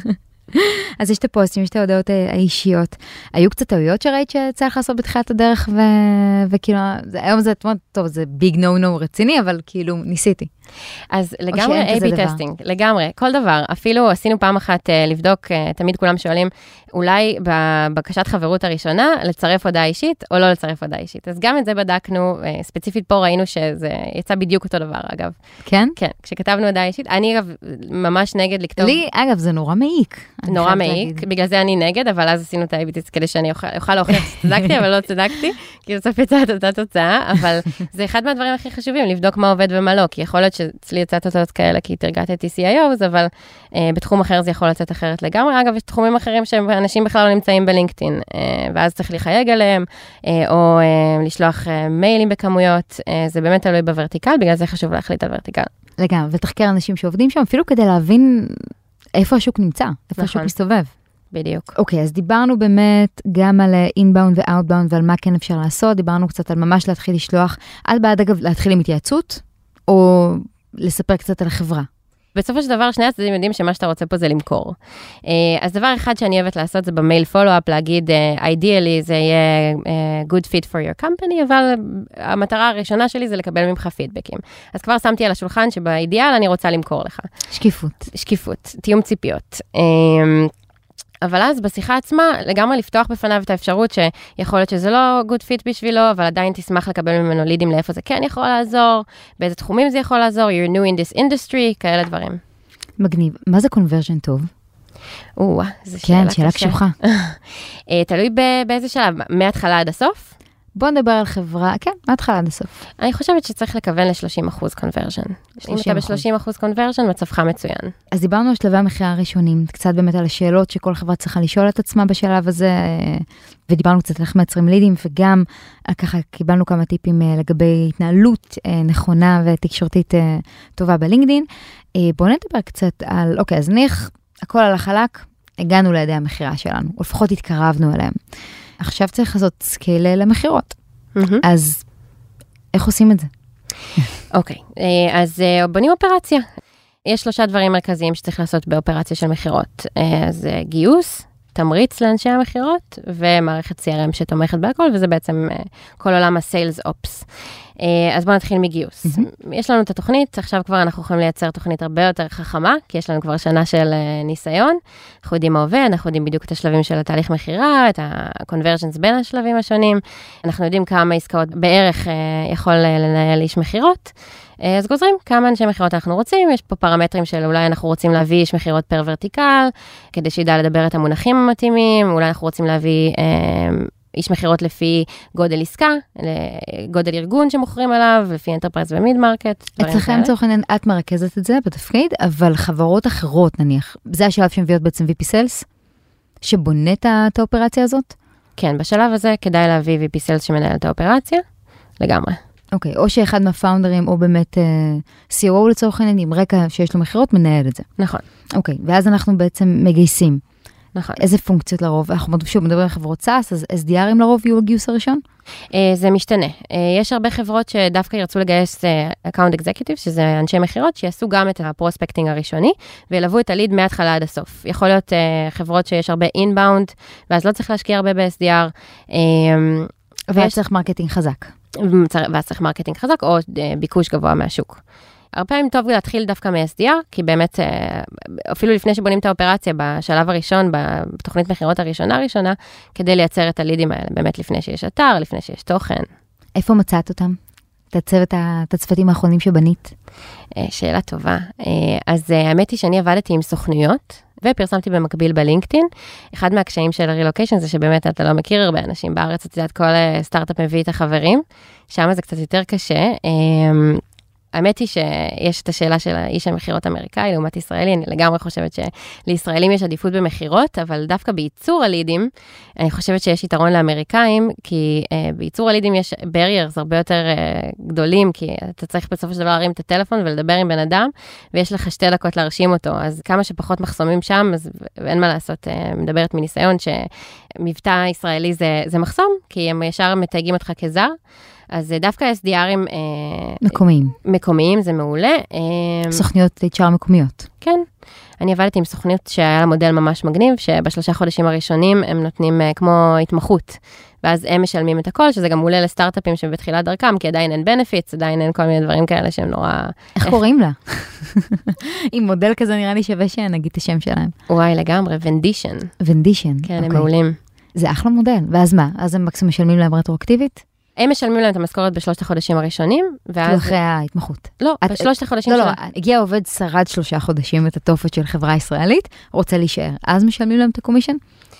אז יש את הפוסטים, יש את ההודעות האישיות. היו קצת טעויות שראית שצריך לעשות בתחילת הדרך, וכאילו, היום זה, טוב, זה ביג נו נו רציני, אבל כאילו, ניסיתי. אז לגמרי איי בי טסטינג, לגמרי, כל דבר. אפילו עשינו פעם אחת לבדוק, תמיד כולם שואלים, אולי בבקשת חברות הראשונה, לצרף הודעה אישית, או לא לצרף הודעה אישית. אז גם את זה בדקנו, ספציפית פה ראינו שזה יצא בדיוק אותו דבר, אגב. כן? כן, כשכתבנו הודעה אישית, אני אגב ממש נגד לכתוב. לי, אגב, זה נורא מעיק. נורא מעיק, בגלל זה אני נגד, אבל אז עשינו את ה-איי בי טסט כדי שאני אוכל להוכיח שצדקתי, אבל לא צדקתי, כי בסוף יצאה את אותה תוצאה, אבל זה אחד מהדברים הכי חשובים, לבדוק מה עובד ומה לא, כי יכול להיות שאצלי יצאת תוצאות כאלה, כי תרגעתי סי איי או'ס, אבל בתחום אחר זה יכול לצאת אחרת לגמרי. אגב, יש תחומים אחרים שאנשים בכלל לא נמצאים בלינקדאין, ואז צריך לחייג עליהם, או לשלוח מיילים בכמויות, זה באמת תלוי בוורטיקל, בגלל זה חשוב להחליט על ורטיקל. לגמרי, ותחקר אנשים שעובדים שם, אפילו כדי להבין איפה השוק נמצא, איפה השוק מסתובב. בדיוק. אוקיי, אז דיברנו באמת גם על אינבאונד ואוטבאונד, ועל מה כן אפשר לעשות, דיברנו קצת על ממש להתחיל לשלוח, עד בעד אגב להתחיל עם התייעצות, או לספר קצת על החברה. בסופו של דבר, שני הצדדים יודעים שמה שאתה רוצה פה זה למכור. אז דבר אחד שאני אוהבת לעשות זה במייל פולו-אפ, להגיד, ideally זה יהיה good fit for your company, אבל המטרה הראשונה שלי זה לקבל ממך פידבקים. אז כבר שמתי על השולחן שבאידיאל אני רוצה למכור לך. שקיפות. שקיפות, תיאום ציפיות. אבל אז בשיחה עצמה, לגמרי לפתוח בפניו את האפשרות שיכול להיות שזה לא good fit בשבילו, אבל עדיין תשמח לקבל ממנו לידים לאיפה זה כן יכול לעזור, באיזה תחומים זה יכול לעזור, you're new in this industry, כאלה דברים. מגניב. מה זה conversion טוב? או, זו שאלה קשה. כן, שאלה קשוחה. תלוי באיזה שלב, מההתחלה עד הסוף? בוא נדבר על חברה, כן, מההתחלה עד הסוף. אני חושבת שצריך לכוון ל-שלושים אחוז conversion. אם אתה ב-שלושים אחוז conversion, מצבך מצוין. אז דיברנו על שלבי המחירה הראשונים, קצת באמת על השאלות שכל חברה צריכה לשאול את עצמה בשלב הזה, ודיברנו קצת על איך מייצרים לידים, וגם ככה קיבלנו כמה טיפים לגבי התנהלות נכונה ותקשורתית טובה בלינקדין. בואו נדבר קצת על, אוקיי, אז נניח, הכל על החלק, הגענו לידי המחירה שלנו, או לפחות התקרבנו אליהם. עכשיו צריך לעשות סקייל למחירות. אז איך עושים את זה? אוקיי, אז בונים אופרציה. יש שלושה דברים מרכזיים שצריך לעשות באופרציה של מחירות. אז גיוס, תמריץ לאנשי המחירות, ומערכת סי אר אם שתומכת בהכל, וזה בעצם כל עולם הסיילס אופס. אז בואו נתחיל מגיוס. יש לנו את התוכנית, עכשיו כבר אנחנו יכולים לייצר תוכנית הרבה יותר חכמה, כי יש לנו כבר שנה של ניסיון, אנחנו יודעים מה עובד, אנחנו יודעים בדיוק את השלבים של התהליך מחירה, את ה-conversions בין השלבים השונים, אנחנו יודעים כמה עסקאות בערך יכול לנהל איש מחירות, אז גוזרים כמה אנשי מחירות אנחנו רוצים, יש פה פרמטרים של אולי אנחנו רוצים להביא איש מחירות פר ורטיקל, כדי שידע לדבר את המונחים המתאימים, אולי אנחנו רוצים להביא איש מחירות לפי גודל עסקה, גודל ארגון שמוכרים עליו, לפי אנטרפרייז ומיד מרקט. אצלכם צורך העניין, את מרכזת את זה בתפקיד, אבל חברות אחרות נניח, זה השלב שמביאות בעצם וי פי Sales, שבונה את האופרציה הזאת? כן, בשלב הזה כדאי להביא וי פי Sales שמנהל את האופרציה, לגמרי. אוקיי, או שאחד מהפאונדרים, או באמת סי או או לצורך העניין, עם רקע שיש לו מחירות, מנהל את זה. נכון. אוקיי, ואז אנחנו בעצם מגייסים. נכון. איזה פונקציות לרוב? אנחנו שוב מדברים על חברות סאס, אז אס די ארים לרוב יהיו הגיוס הראשון? זה משתנה. יש הרבה חברות שדווקא ירצו לגייס אקאונט אקזקיוטיב, שזה אנשי מחירות, שיעשו גם את הפרוספקטינג הראשוני, וילוו את הליד מההתחלה עד הסוף. יכול להיות חברות שיש הרבה אינבאונד, ואז לא צריך להשקיע הרבה ב-אס די אר. ויש צריך מרקטינג חזק. ואז צריך מרקטינג חזק, או ביקוש גבוה מהשוק. הרבה פעמים טוב להתחיל דווקא מ-אס די אר, כי באמת, אפילו לפני שבונים את האופרציה, בשלב הראשון, בתוכנית מחירות הראשונה הראשונה, כדי לייצר את הלידים האלה, באמת לפני שיש אתר, לפני שיש תוכן. איפה מצאת אותם? תצוות את הצוותים האחרונים שבנית? שאלה טובה. אז האמת היא שאני עבדתי עם סוכנויות, ופרסמתי במקביל בלינקדאין. אחד מהקשיים של הרילוקיישן זה שבאמת אתה לא מכיר הרבה אנשים בארץ, את יודעת, כל סטארט-אפ מביא את החברים, שם זה קצת יותר קשה. האמת היא שיש את השאלה של האיש המחירות האמריקאי, לעומת ישראלי, אני לגמרי חושבת שלישראלים יש עדיפות במחירות, אבל דווקא בייצור הלידים, אני חושבת שיש יתרון לאמריקאים, כי uh, בייצור הלידים יש barriers הרבה יותר uh, גדולים, כי אתה צריך בסופו של דבר להרים את הטלפון ולדבר עם בן אדם, ויש לך שתי דקות להרשים אותו, אז כמה שפחות מחסומים שם, אז אין מה לעשות, uh, מדברת מניסיון שמבטא ישראלי זה, זה מחסום, כי הם ישר מתייגים אותך כזר, אז דווקא אס די ארים מקומיים. מקומיים, זה מעולה. סוכניות אייץ' אר מקומיות. כן. אני עבדתי עם סוכנית שהיה לה מודל ממש מגניב, שבשלושה חודשים הראשונים הם נותנים כמו התמחות, ואז הם משלמים את הכל, שזה גם מעולה לסטארט-אפים שבתחילת דרכם, כי עדיין אין בנפיץ, עדיין אין כל מיני דברים כאלה שהם נורא... איך קוראים לה? עם מודל כזה נראה לי שווה שנגיד את השם שלהם. וואי, לגמרי, ונדישן. ונדישן. כן, הם מעולים. זה אחלה מודל. ואז מה? אז הם מקסימום משלמים להם רטרואקטיבית? הם משלמים להם את המשכורת בשלושת החודשים הראשונים, ואז... אחרי ההתמחות. לא, בשלושת החודשים שלה. לא, לא, הגיע עובד שרד שלושה חודשים את התופת של חברה ישראלית, רוצה להישאר. אז משלמים להם את הקומישן?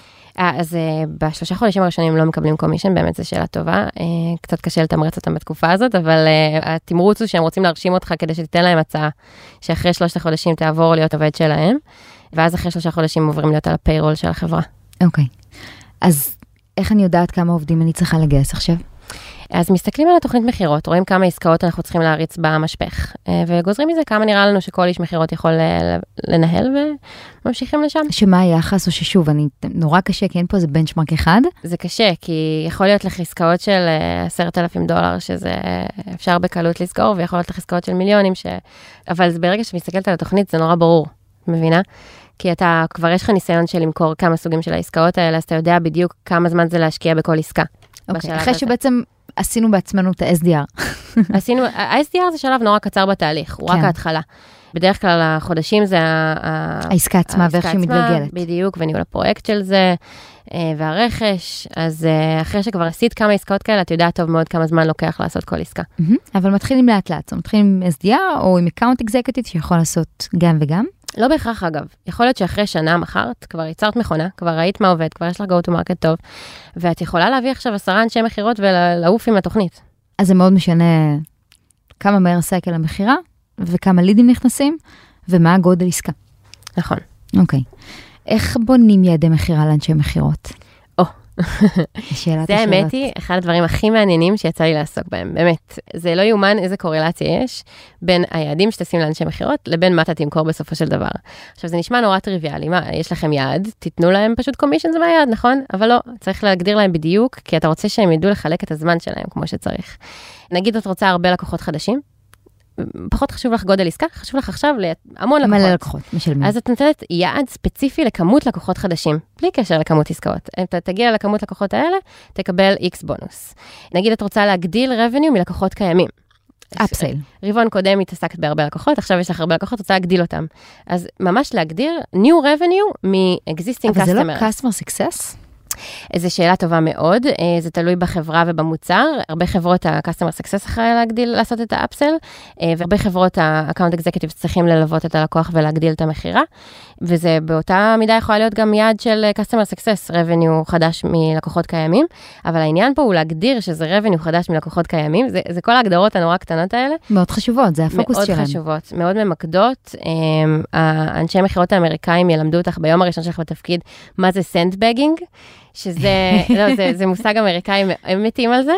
אז בשלושה חודשים הראשונים לא מקבלים קומישן, באמת זו שאלה טובה. קצת קשה לתמרץ אותם בתקופה הזאת, אבל התמרוץ הוא שהם רוצים להרשים אותך כדי שתיתן להם הצעה, שאחרי שלושת החודשים תעבור להיות עובד שלהם, ואז אחרי שלושה חודשים עוברים להיות על הפיירול של החברה. אוקיי. אז איך אני יודעת כמה עובדים אני צריכה לגייס עכשיו? אז מסתכלים על התוכנית מחירות, רואים כמה עסקאות אנחנו צריכים להריץ במשפך, וגוזרים מזה כמה נראה לנו שכל איש מחירות יכול לנהל, וממשיכים לשם. שמה היחס, או ששוב, אני נורא קשה, כי אין פה איזה בנצ'מרק אחד? זה קשה, כי יכול להיות לך עסקאות של עשרת אלפים דולר, שזה אפשר בקלות לסגור, ויכול להיות לך עסקאות של מיליונים, ש... אבל ברגע שמסתכלת על התוכנית, זה נורא ברור, מבינה? כי אתה, כבר יש לך ניסיון של למכור כמה סוגים של העסקאות האלה, אז אתה יודע בדיוק כמה זמן זה להשקיע בכל עסקה. אוקיי, אחרי שבעצם עשינו בעצמנו את ה-אס די אר. עשינו, ה-אס די אר זה שלב נורא קצר בתהליך, הוא רק ההתחלה. בדרך כלל החודשים זה העסקה עצמה ואיך שהיא מתגלגלת. בדיוק, וניהול הפרויקט של זה, והרכש. אז אחרי שכבר עשית כמה עסקאות כאלה, את יודעת טוב מאוד כמה זמן לוקח לעשות כל עסקה. אבל מתחילים לאט לאט, מתחילים עם אס די אר או עם אקאונט אקזקטיב שיכול לעשות גם וגם. לא בהכרח אגב, יכול להיות שאחרי שנה מחרת, כבר ייצרת מכונה, כבר ראית מה עובד, כבר יש לך go to market טוב, ואת יכולה להביא עכשיו עשרה אנשי מחירות ולעוף עם התוכנית. אז זה מאוד משנה כמה מהר סייקל המחירה, וכמה לידים נכנסים, ומה הגודל עסקה. נכון. אוקיי. איך בונים יעדי מחירה לאנשי מחירות? או. שאלת זה האמת היא, אחד הדברים הכי מעניינים שיצא לי לעסוק בהם, באמת. זה לא יומן איזה קורלציה יש בין היעדים שתשים לאנשי מחירות, לבין מה אתה תמכור בסופו של דבר. עכשיו, זה נשמע נורא טריוויאלי, מה, יש לכם יעד, תיתנו להם פשוט קומישן, זה מהיעד, נכון? אבל לא, צריך להגדיר להם בדיוק, כי אתה רוצה שהם ידעו לחלק את הזמן שלהם כמו שצריך. נגיד, את רוצה הרבה לקוחות חדשים, פחות חשוב לך גודל עסקה, חשוב לך עכשיו המון לקוחות. מלא לקוחות, משלמים. אז את נותנת יעד ספציפי לכמות לקוחות חדשים, בלי קשר לכמות עסקאות. אם אתה תגיע לכמות לקוחות האלה, תקבל X בונוס. נגיד, את רוצה להגדיל revenue מלקוחות קיימים. אפסייל. רבעון קודם התעסקת בהרבה לקוחות, עכשיו יש לך הרבה לקוחות, רוצה להגדיל אותם. אז ממש להגדיר new revenue מ-existing customers. אבל זה לא customer success? זו שאלה טובה מאוד, זה תלוי בחברה ובמוצר, הרבה חברות ה-Customer Success אחראי להגדיל, לעשות את האפסל, והרבה חברות ה-Account Executive צריכים ללוות את הלקוח ולהגדיל את המחירה, וזה באותה מידה יכול להיות גם יעד של Customer Success, revenue חדש מלקוחות קיימים, אבל העניין פה הוא להגדיר שזה revenue חדש מלקוחות קיימים, זה, זה כל ההגדרות הנורא קטנות האלה. מאוד חשובות, זה הפוקוס מאוד שלהם. מאוד חשובות, מאוד ממקדות, האנשי מחירות האמריקאים ילמדו אותך ביום הראשון שלך בתפקיד, מה זה sandbagging, שזה, לא, זה, זה מושג אמריקאי, הם מתאים על זה,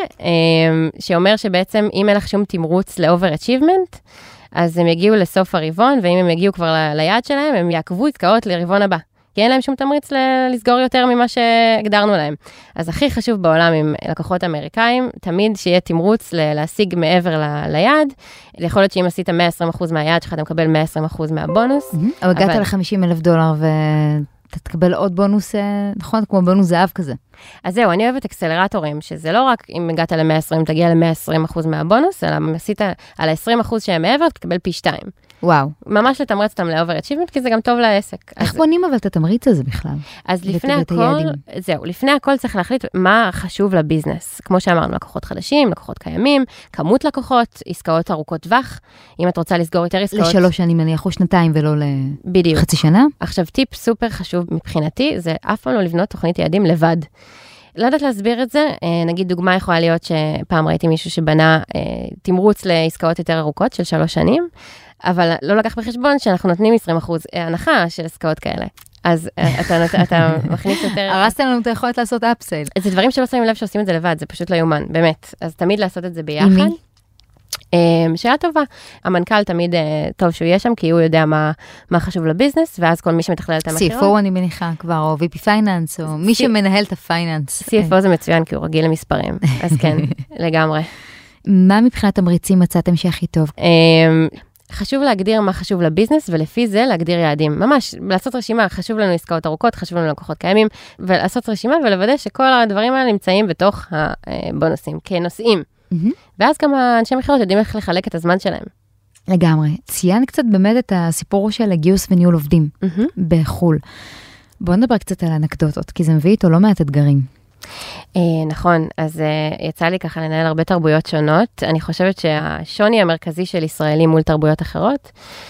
שאומר שבעצם אם אין לך שום תמרוץ ל-over-achievement, אז הם יגיעו לסוף הרבעון, ואם הם יגיעו כבר ל- ליעד שלהם, הם יעקבו עסקאות לרבעון הבא. כי אין להם שום תמריץ ל- לסגור יותר ממה שהגדרנו להם. אז הכי חשוב בעולם עם לקוחות אמריקאים, תמיד שיהיה תמרוץ ל- להשיג מעבר ל- ליעד. יכול להיות שאם עשית מאה ועשרים אחוז מהיעד שלך, אתה מקבל מאה ועשרים אחוז מהבונוס. אבל הגעת ל-חמישים אלף דולר ו... אתה תקבל עוד בונוס, נכון? כמו בונוס זהב כזה. אז זהו, אני אוהבת אקסלרטורים, שזה לא רק אם הגעת ל-מאה ועשרים, תגיע ל-מאה ועשרים אחוז מהבונוס, אלא אם עשית על ה-עשרים אחוז שהם מעבר, תקבל פי שתיים. וואו. ממש לתמרץ אותם ל-over-achievement, כי זה גם טוב לעסק. איך אז... בונים אבל את התמריץ הזה בכלל? אז לפני הכל, זהו, לפני הכל צריך להחליט מה חשוב לביזנס. כמו שאמרנו, לקוחות חדשים, לקוחות קיימים, כמות לקוחות, עסקאות ארוכות טווח. אם את רוצה לסגור יותר עסקאות... לשלוש שנים, אני אחוז שנתיים ולא בדיוק. לחצי שנה. עכשיו, טיפ סופר חשוב מבחינתי, זה אף פעם לא לבנות תוכנית יעדים לבד. לא יודעת להסביר את זה, נגיד דוגמה יכולה להיות שפעם ראיתי מישהו שבנה תמרוץ לעסקאות יותר ארוכות של שלוש שנים, אבל לא לקח בחשבון שאנחנו נותנים עשרים אחוז הנחה של עסקאות כאלה. אז אתה, אתה מכניס יותר... הרסת לנו את היכולת לעשות אפסייל. זה דברים שלא שמים לב שעושים את זה לבד, זה פשוט לא יומן, באמת. אז תמיד לעשות את זה ביחד. עם מי? שאלה טובה. המנכ"ל תמיד טוב שהוא יהיה שם, כי הוא יודע מה, מה חשוב לביזנס, ואז כל מי שמתכלל את המחירות. סי אף או אני מניחה כבר, או וי פי פייננס, או מי שמנהל את הפייננס. סי אף או זה מצוין, כי הוא רגיל למספרים. אז כן, לגמרי. מה מבחינת תמריצים מצאתם שהכי טוב? חשוב להגדיר מה חשוב לביזנס, ולפי זה להגדיר יעדים. ממש, לעשות רשימה, חשוב לנו עסקאות ארוכות, חשוב לנו לקוחות קיימים, ולעשות רשימה ולוודא שכל הדברים האלה נמצאים בתוך הבונוסים, כנושאים. Mm-hmm. ואז גם האנשי מכירות יודעים איך לחלק את הזמן שלהם. לגמרי. ציין קצת באמת את הסיפור של גיוס וניהול עובדים mm-hmm. בחול. בואו נדבר קצת על האנקדוטות, כי זה מביא איתו לא מעט אתגרים. נכון, אז יצא לי ככה לנהל הרבה תרבויות שונות. אני חושבת שהשוני המרכזי של ישראלים מול תרבויות אחרות,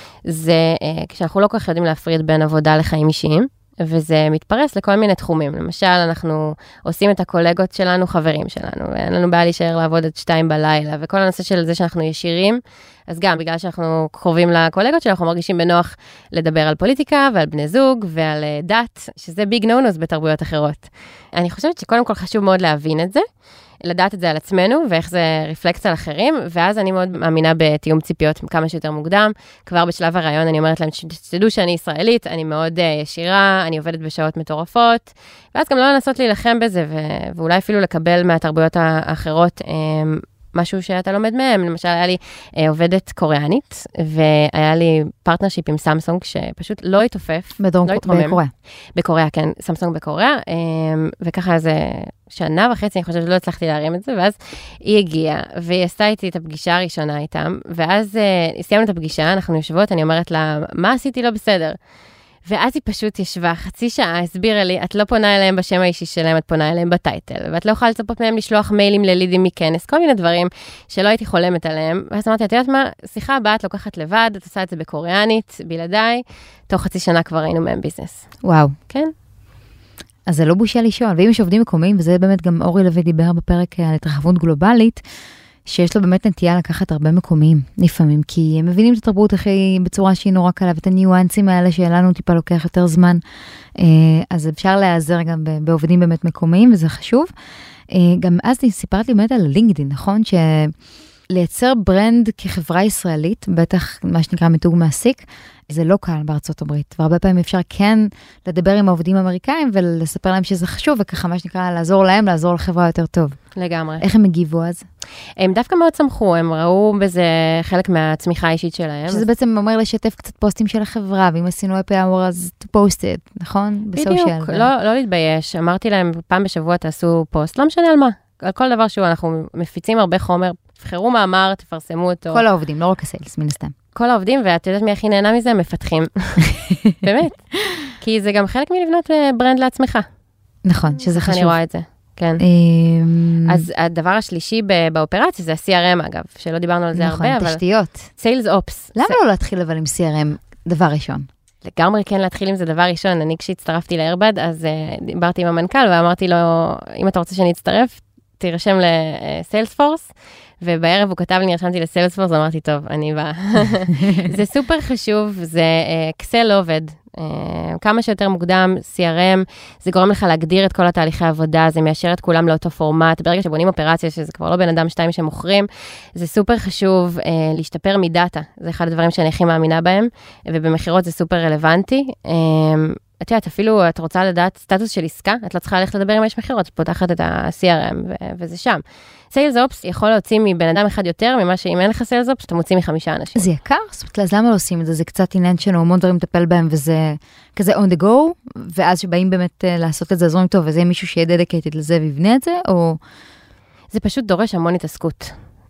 זה כשאנחנו לא כל כך יודעים להפריד בין עבודה לחיים אישיים, וזה מתפרס לכל מיני תחומים. למשל, אנחנו עושים את הקולגות שלנו, חברים שלנו, ואין לנו בעיה להישאר לעבוד עד שתיים בלילה, וכל הנושא של זה שאנחנו ישירים, אז גם בגלל שאנחנו קרובים לקולגות שלנו, אנחנו מרגישים בנוח לדבר על פוליטיקה ועל בני זוג ועל דת, שזה ביג נונוס בתרבויות אחרות. אני חושבת שקודם כל חשוב מאוד להבין את זה, לדעת את זה על עצמנו, ואיך זה רפלקס על אחרים, ואז אני מאוד מאמינה בתיאום ציפיות כמה שיותר מוקדם. כבר בשלב הרעיון אני אומרת להם, שתדעו שאני ישראלית, אני מאוד uh, ישירה, אני עובדת בשעות מטורפות, ואז גם לא לנסות להילחם בזה, ו- ואולי אפילו לקבל מהתרבויות האחרות, um, משהו שאתה לומד מהם. למשל, היה לי אה, עובדת קוריאנית, והיה לי פרטנרשיפ עם סמסונג, שפשוט לא התעופף, בדרום, לא התרומם. בקוריאה. בקוריאה, כן, סמסונג בקוריאה, אה, וככה זה שנה וחצי, אני חושבת שלא הצלחתי להרים את זה, ואז היא הגיעה, והיא עשתה איתי את הפגישה הראשונה איתם, ואז אה, סיימנו את הפגישה, אנחנו יושבות, אני אומרת לה, מה עשיתי לא בסדר? ואז היא פשוט ישבה חצי שעה, הסבירה לי, את לא פונה אליהם בשם האישי שלהם, את פונה אליהם בטייטל, ואת לא יכולה לצפות מהם לשלוח מיילים ללידים מכנס, כל מיני דברים שלא הייתי חולמת עליהם. ואז אמרתי, את יודעת מה, שיחה הבאה את לוקחת לבד, את עושה את זה בקוריאנית, בלעדיי, תוך חצי שנה כבר היינו מהם ביזנס. וואו. כן. אז זה לא בושה לשאול, ואם יש עובדים מקומיים, וזה באמת גם אורי לוי דיבר בפרק על התרחבות גלובלית, שיש לו באמת נטייה לקחת הרבה מקומיים, לפעמים, כי הם מבינים את התרבות הכי בצורה שהיא נורא קלה, ואת הניואנסים האלה שלנו טיפה לוקח יותר זמן, אז אפשר להיעזר גם בעובדים באמת מקומיים, וזה חשוב. גם אז סיפרת לי באמת על לינקדין, נכון? שלייצר ברנד כחברה ישראלית, בטח מה שנקרא מיתוג מעסיק, זה לא קל בארצות הברית, והרבה פעמים אפשר כן לדבר עם העובדים האמריקאים, ולספר להם שזה חשוב, וככה מה שנקרא לעזור להם, לעזור לחברה יותר טוב. לגמרי. איך הם הגיבו אז? הם דווקא מאוד צמחו, הם ראו בזה חלק מהצמיחה האישית שלהם. שזה בעצם אומר לשתף קצת פוסטים של החברה, ואם עשינו happy hour אז to post it, נכון? בדיוק, לא, לא להתבייש. אמרתי להם, פעם בשבוע תעשו פוסט, לא משנה על מה. על כל דבר שהוא, אנחנו מפיצים הרבה חומר, תבחרו מאמר, תפרסמו אותו. כל העובדים, לא רק הסיילס, מן הסתם. כל העובדים, ואת יודעת מי הכי נהנה מזה? מפתחים. באמת. כי זה גם חלק מלבנות ברנד לעצמך. נכון, שזה חשוב. אני רואה את זה, כן. אז הדבר השלישי באופרציה זה ה-סי אר אם אגב, שלא דיברנו על זה הרבה, אבל... נכון, תשתיות. Sales Ops. למה לא להתחיל אבל עם סי אר אם דבר ראשון? לגמרי כן להתחיל עם זה דבר ראשון. אני כשהצטרפתי לארבד, אז דיברתי עם המנכ"ל ואמרתי לו, אם אתה רוצה שאני אצטרף, תירשם לסיילספורס, ובערב הוא כתב לי, נרשמתי לסיילספורס, אמרתי, טוב, אני באה. זה סופר חשוב, זה אקסל לא עובד. כמה שיותר מוקדם, סי אר אם, זה גורם לך להגדיר את כל התהליכי העבודה, זה מיישר את כולם לאותו פורמט, ברגע שבונים אופרציה, שזה כבר לא בן אדם שתיים שמוכרים, זה סופר חשוב להשתפר מדאטה, זה אחד הדברים שאני הכי מאמינה בהם, ובמחירות זה סופר רלוונטי. את יודעת, אפילו את רוצה לדעת סטטוס של עסקה, את לא צריכה ללכת לדבר עם איש מחירות, את פותחת את ה-סי אר אם, וזה שם. סיילס אופס יכול להוציא מבן אדם אחד יותר, ממה שאם אין לך סיילס אופס, אתה מוציא מחמישה אנשים. זה יקר? אז למה לא עושים את זה? זה קצת עניין שלנו, המון דברים לטפל בהם, וזה כזה on the go, ואז שבאים באמת לעשות את זה, אז אומרים טוב, וזה מישהו שיהיה דדיקייטד לזה ויבנה את זה, או... זה פשוט דורש המון התעסקות.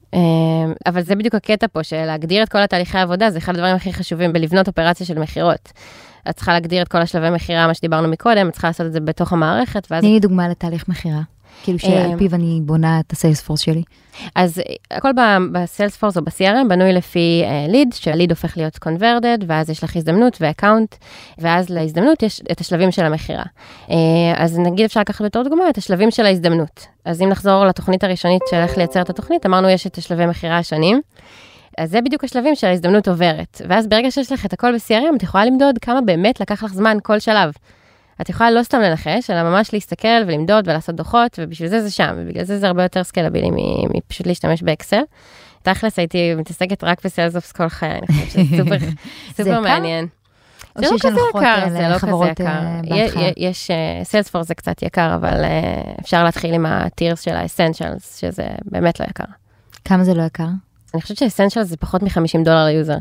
אבל זה בדיוק הקטע פה, של להגדיר את כל התהליכי העבודה, זה אחד הדברים הכי חשובים בלבנות אופרציה של מחירות. את צריכה להגדיר את כל השלבי מחירה, מה שדיברנו מקודם, את צריכה לעשות את זה בתוך המערכת, ואז... תני לי דוגמה לתהליך מחירה. כאילו שעל פיו אני בונה את הסיילספורס שלי. אז הכל בסיילספורס או ב-סי אר אם בנוי לפי ליד, שהליד הופך להיות קונברדד, ואז יש לך הזדמנות ואקאונט, ואז להזדמנות יש את השלבים של המחירה. אז נגיד אפשר לקחת בתור דוגמה את השלבים של ההזדמנות. אז אם נחזור לתוכנית הראשונית של איך לייצר את התוכנית, אמרנו יש את השלבי מחירה השונים, אז זה בדיוק השלבים של ההזדמנות עוברת. ואז ברגע שיש לך את הכל ב-סי אר אם, את יכולה למדוד כמה באמת לקח לך זמן כל שלב. את יכולה לא סתם לנחש, אלא ממש להסתכל ולמדוד ולעשות דוחות, ובשביל זה זה שם, ובגלל זה זה הרבה יותר סקלבילי מפשוט להשתמש באקסל. תכלס הייתי מתעסקת רק בסיילס אופס כל חיי, אני חושבת שזה סופר, סופר מעניין. זה לא כזה יקר, זה לא כזה יקר. יש, סיילספורס זה קצת יקר, אבל אפשר להתחיל עם הטירס של האסנשלס, שזה באמת לא יקר. כמה זה לא יקר? אני חושבת שהאסנשלס זה פחות מ-חמישים דולר ליוזר.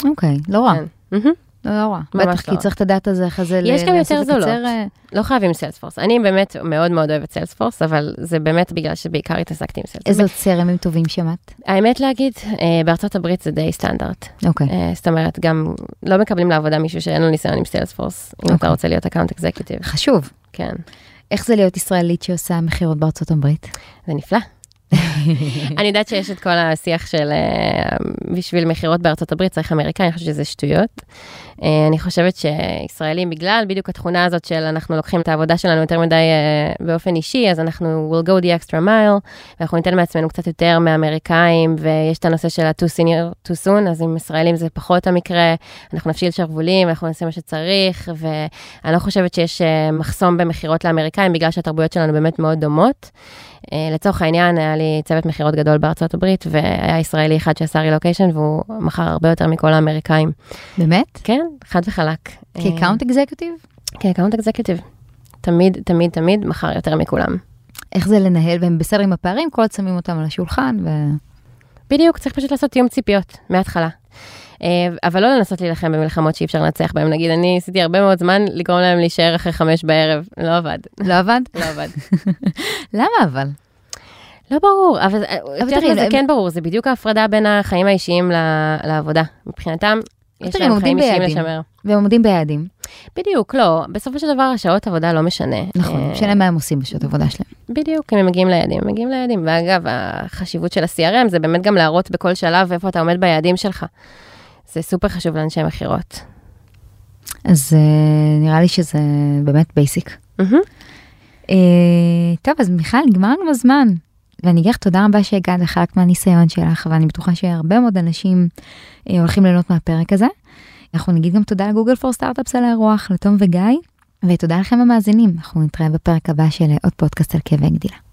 אוקיי, לא רע. כן. לא רע. בטח, כי צריך את הדאטה הזה אחרי זה. יש גם יותר זולות. לא חייבים סיילספורס. אני באמת מאוד מאוד אוהבת סיילספורס, אבל זה באמת בגלל שבעיקר התעסקתי עם סיילספורס. איזה עוד סרמים טובים שמעת? האמת להגיד, בארצות הברית זה די סטנדרט. אוקיי. זאת אומרת, גם לא מקבלים לעבודה מישהו שאין לו ניסיון עם סיילספורס, אם אתה רוצה להיות אקאונט אקזקיוטיב. חשוב. כן. איך זה להיות ישראלית שעושה מחירות בארצות הברית? זה נפלא. אני יודעת שיש את כל השיח של בשביל מחירות בארצות הברית צריך אמריקאי, אני חושבת שזה שטויות. אני חושבת שישראלים בגלל בדיוק התכונה הזאת של אנחנו לוקחים את העבודה שלנו יותר מדי באופן אישי, אז אנחנו will go the extra mile, ואנחנו ניתן מעצמנו קצת יותר מאמריקאים, ויש את הנושא של ה-too senior too soon, אז עם ישראלים זה פחות המקרה, אנחנו נפשיל שרוולים, אנחנו נעשה מה שצריך, ואני לא חושבת שיש מחסום במחירות לאמריקאים, בגלל שהתרבויות שלנו באמת מאוד דומות. לצורך העניין, היה לי צוות מחירות גדול בארצות הברית, והיה ישראלי אחד שעשה רילוקיישן, והוא מכר הרבה יותר מכל האמריקאים. באמת? כן, חד וחלק. כאקאונט אקזקיוטיב? כאקאונט אקזקיוטיב. תמיד, תמיד, תמיד מכר יותר מכולם. איך זה לנהל, והם בסדר עם הפערים, כל עוד שמים אותם על השולחן, ו... בדיוק, צריך פשוט לעשות תיאום ציפיות, מההתחלה. אבל לא לנסות להילחם במלחמות שאי אפשר לנצח בהם. נגיד, אני עשיתי הרבה מאוד זמן לגרום להם להישאר אחרי חמש בערב. לא עבד. לא עבד? לא עבד. למה אבל? לא ברור, אבל זה כן ברור, זה בדיוק ההפרדה בין החיים האישיים לעבודה. מבחינתם, יש להם חיים אישיים לשמר. והם עומדים ביעדים. בדיוק, לא. בסופו של דבר, השעות עבודה לא משנה. נכון, משנה מה הם עושים בשעות עבודה שלהם. בדיוק, אם הם מגיעים ליעדים, הם מגיעים ליעדים. ואגב, החשיבות של ה-סי אר אם זה באמת גם להראות בכל שלב איפה אתה עומד ביעדים שלך. זה סופר חשוב לאנשי מחירות. אז נראה לי שזה באמת בייסיק. טוב, אז מיכל, נגמרנו בזמן. ואני אגיד לך תודה רבה שהגעת לחלק מהניסיון שלך, ואני בטוחה שהרבה מאוד אנשים הולכים ליהנות מהפרק הזה. אנחנו נגיד גם תודה לגוגל פור סטארט-אפס על האירוח, לתום וגיא, ותודה לכם המאזינים. אנחנו נתראה בפרק הבא של עוד פודקאסט על כאבי גדילה.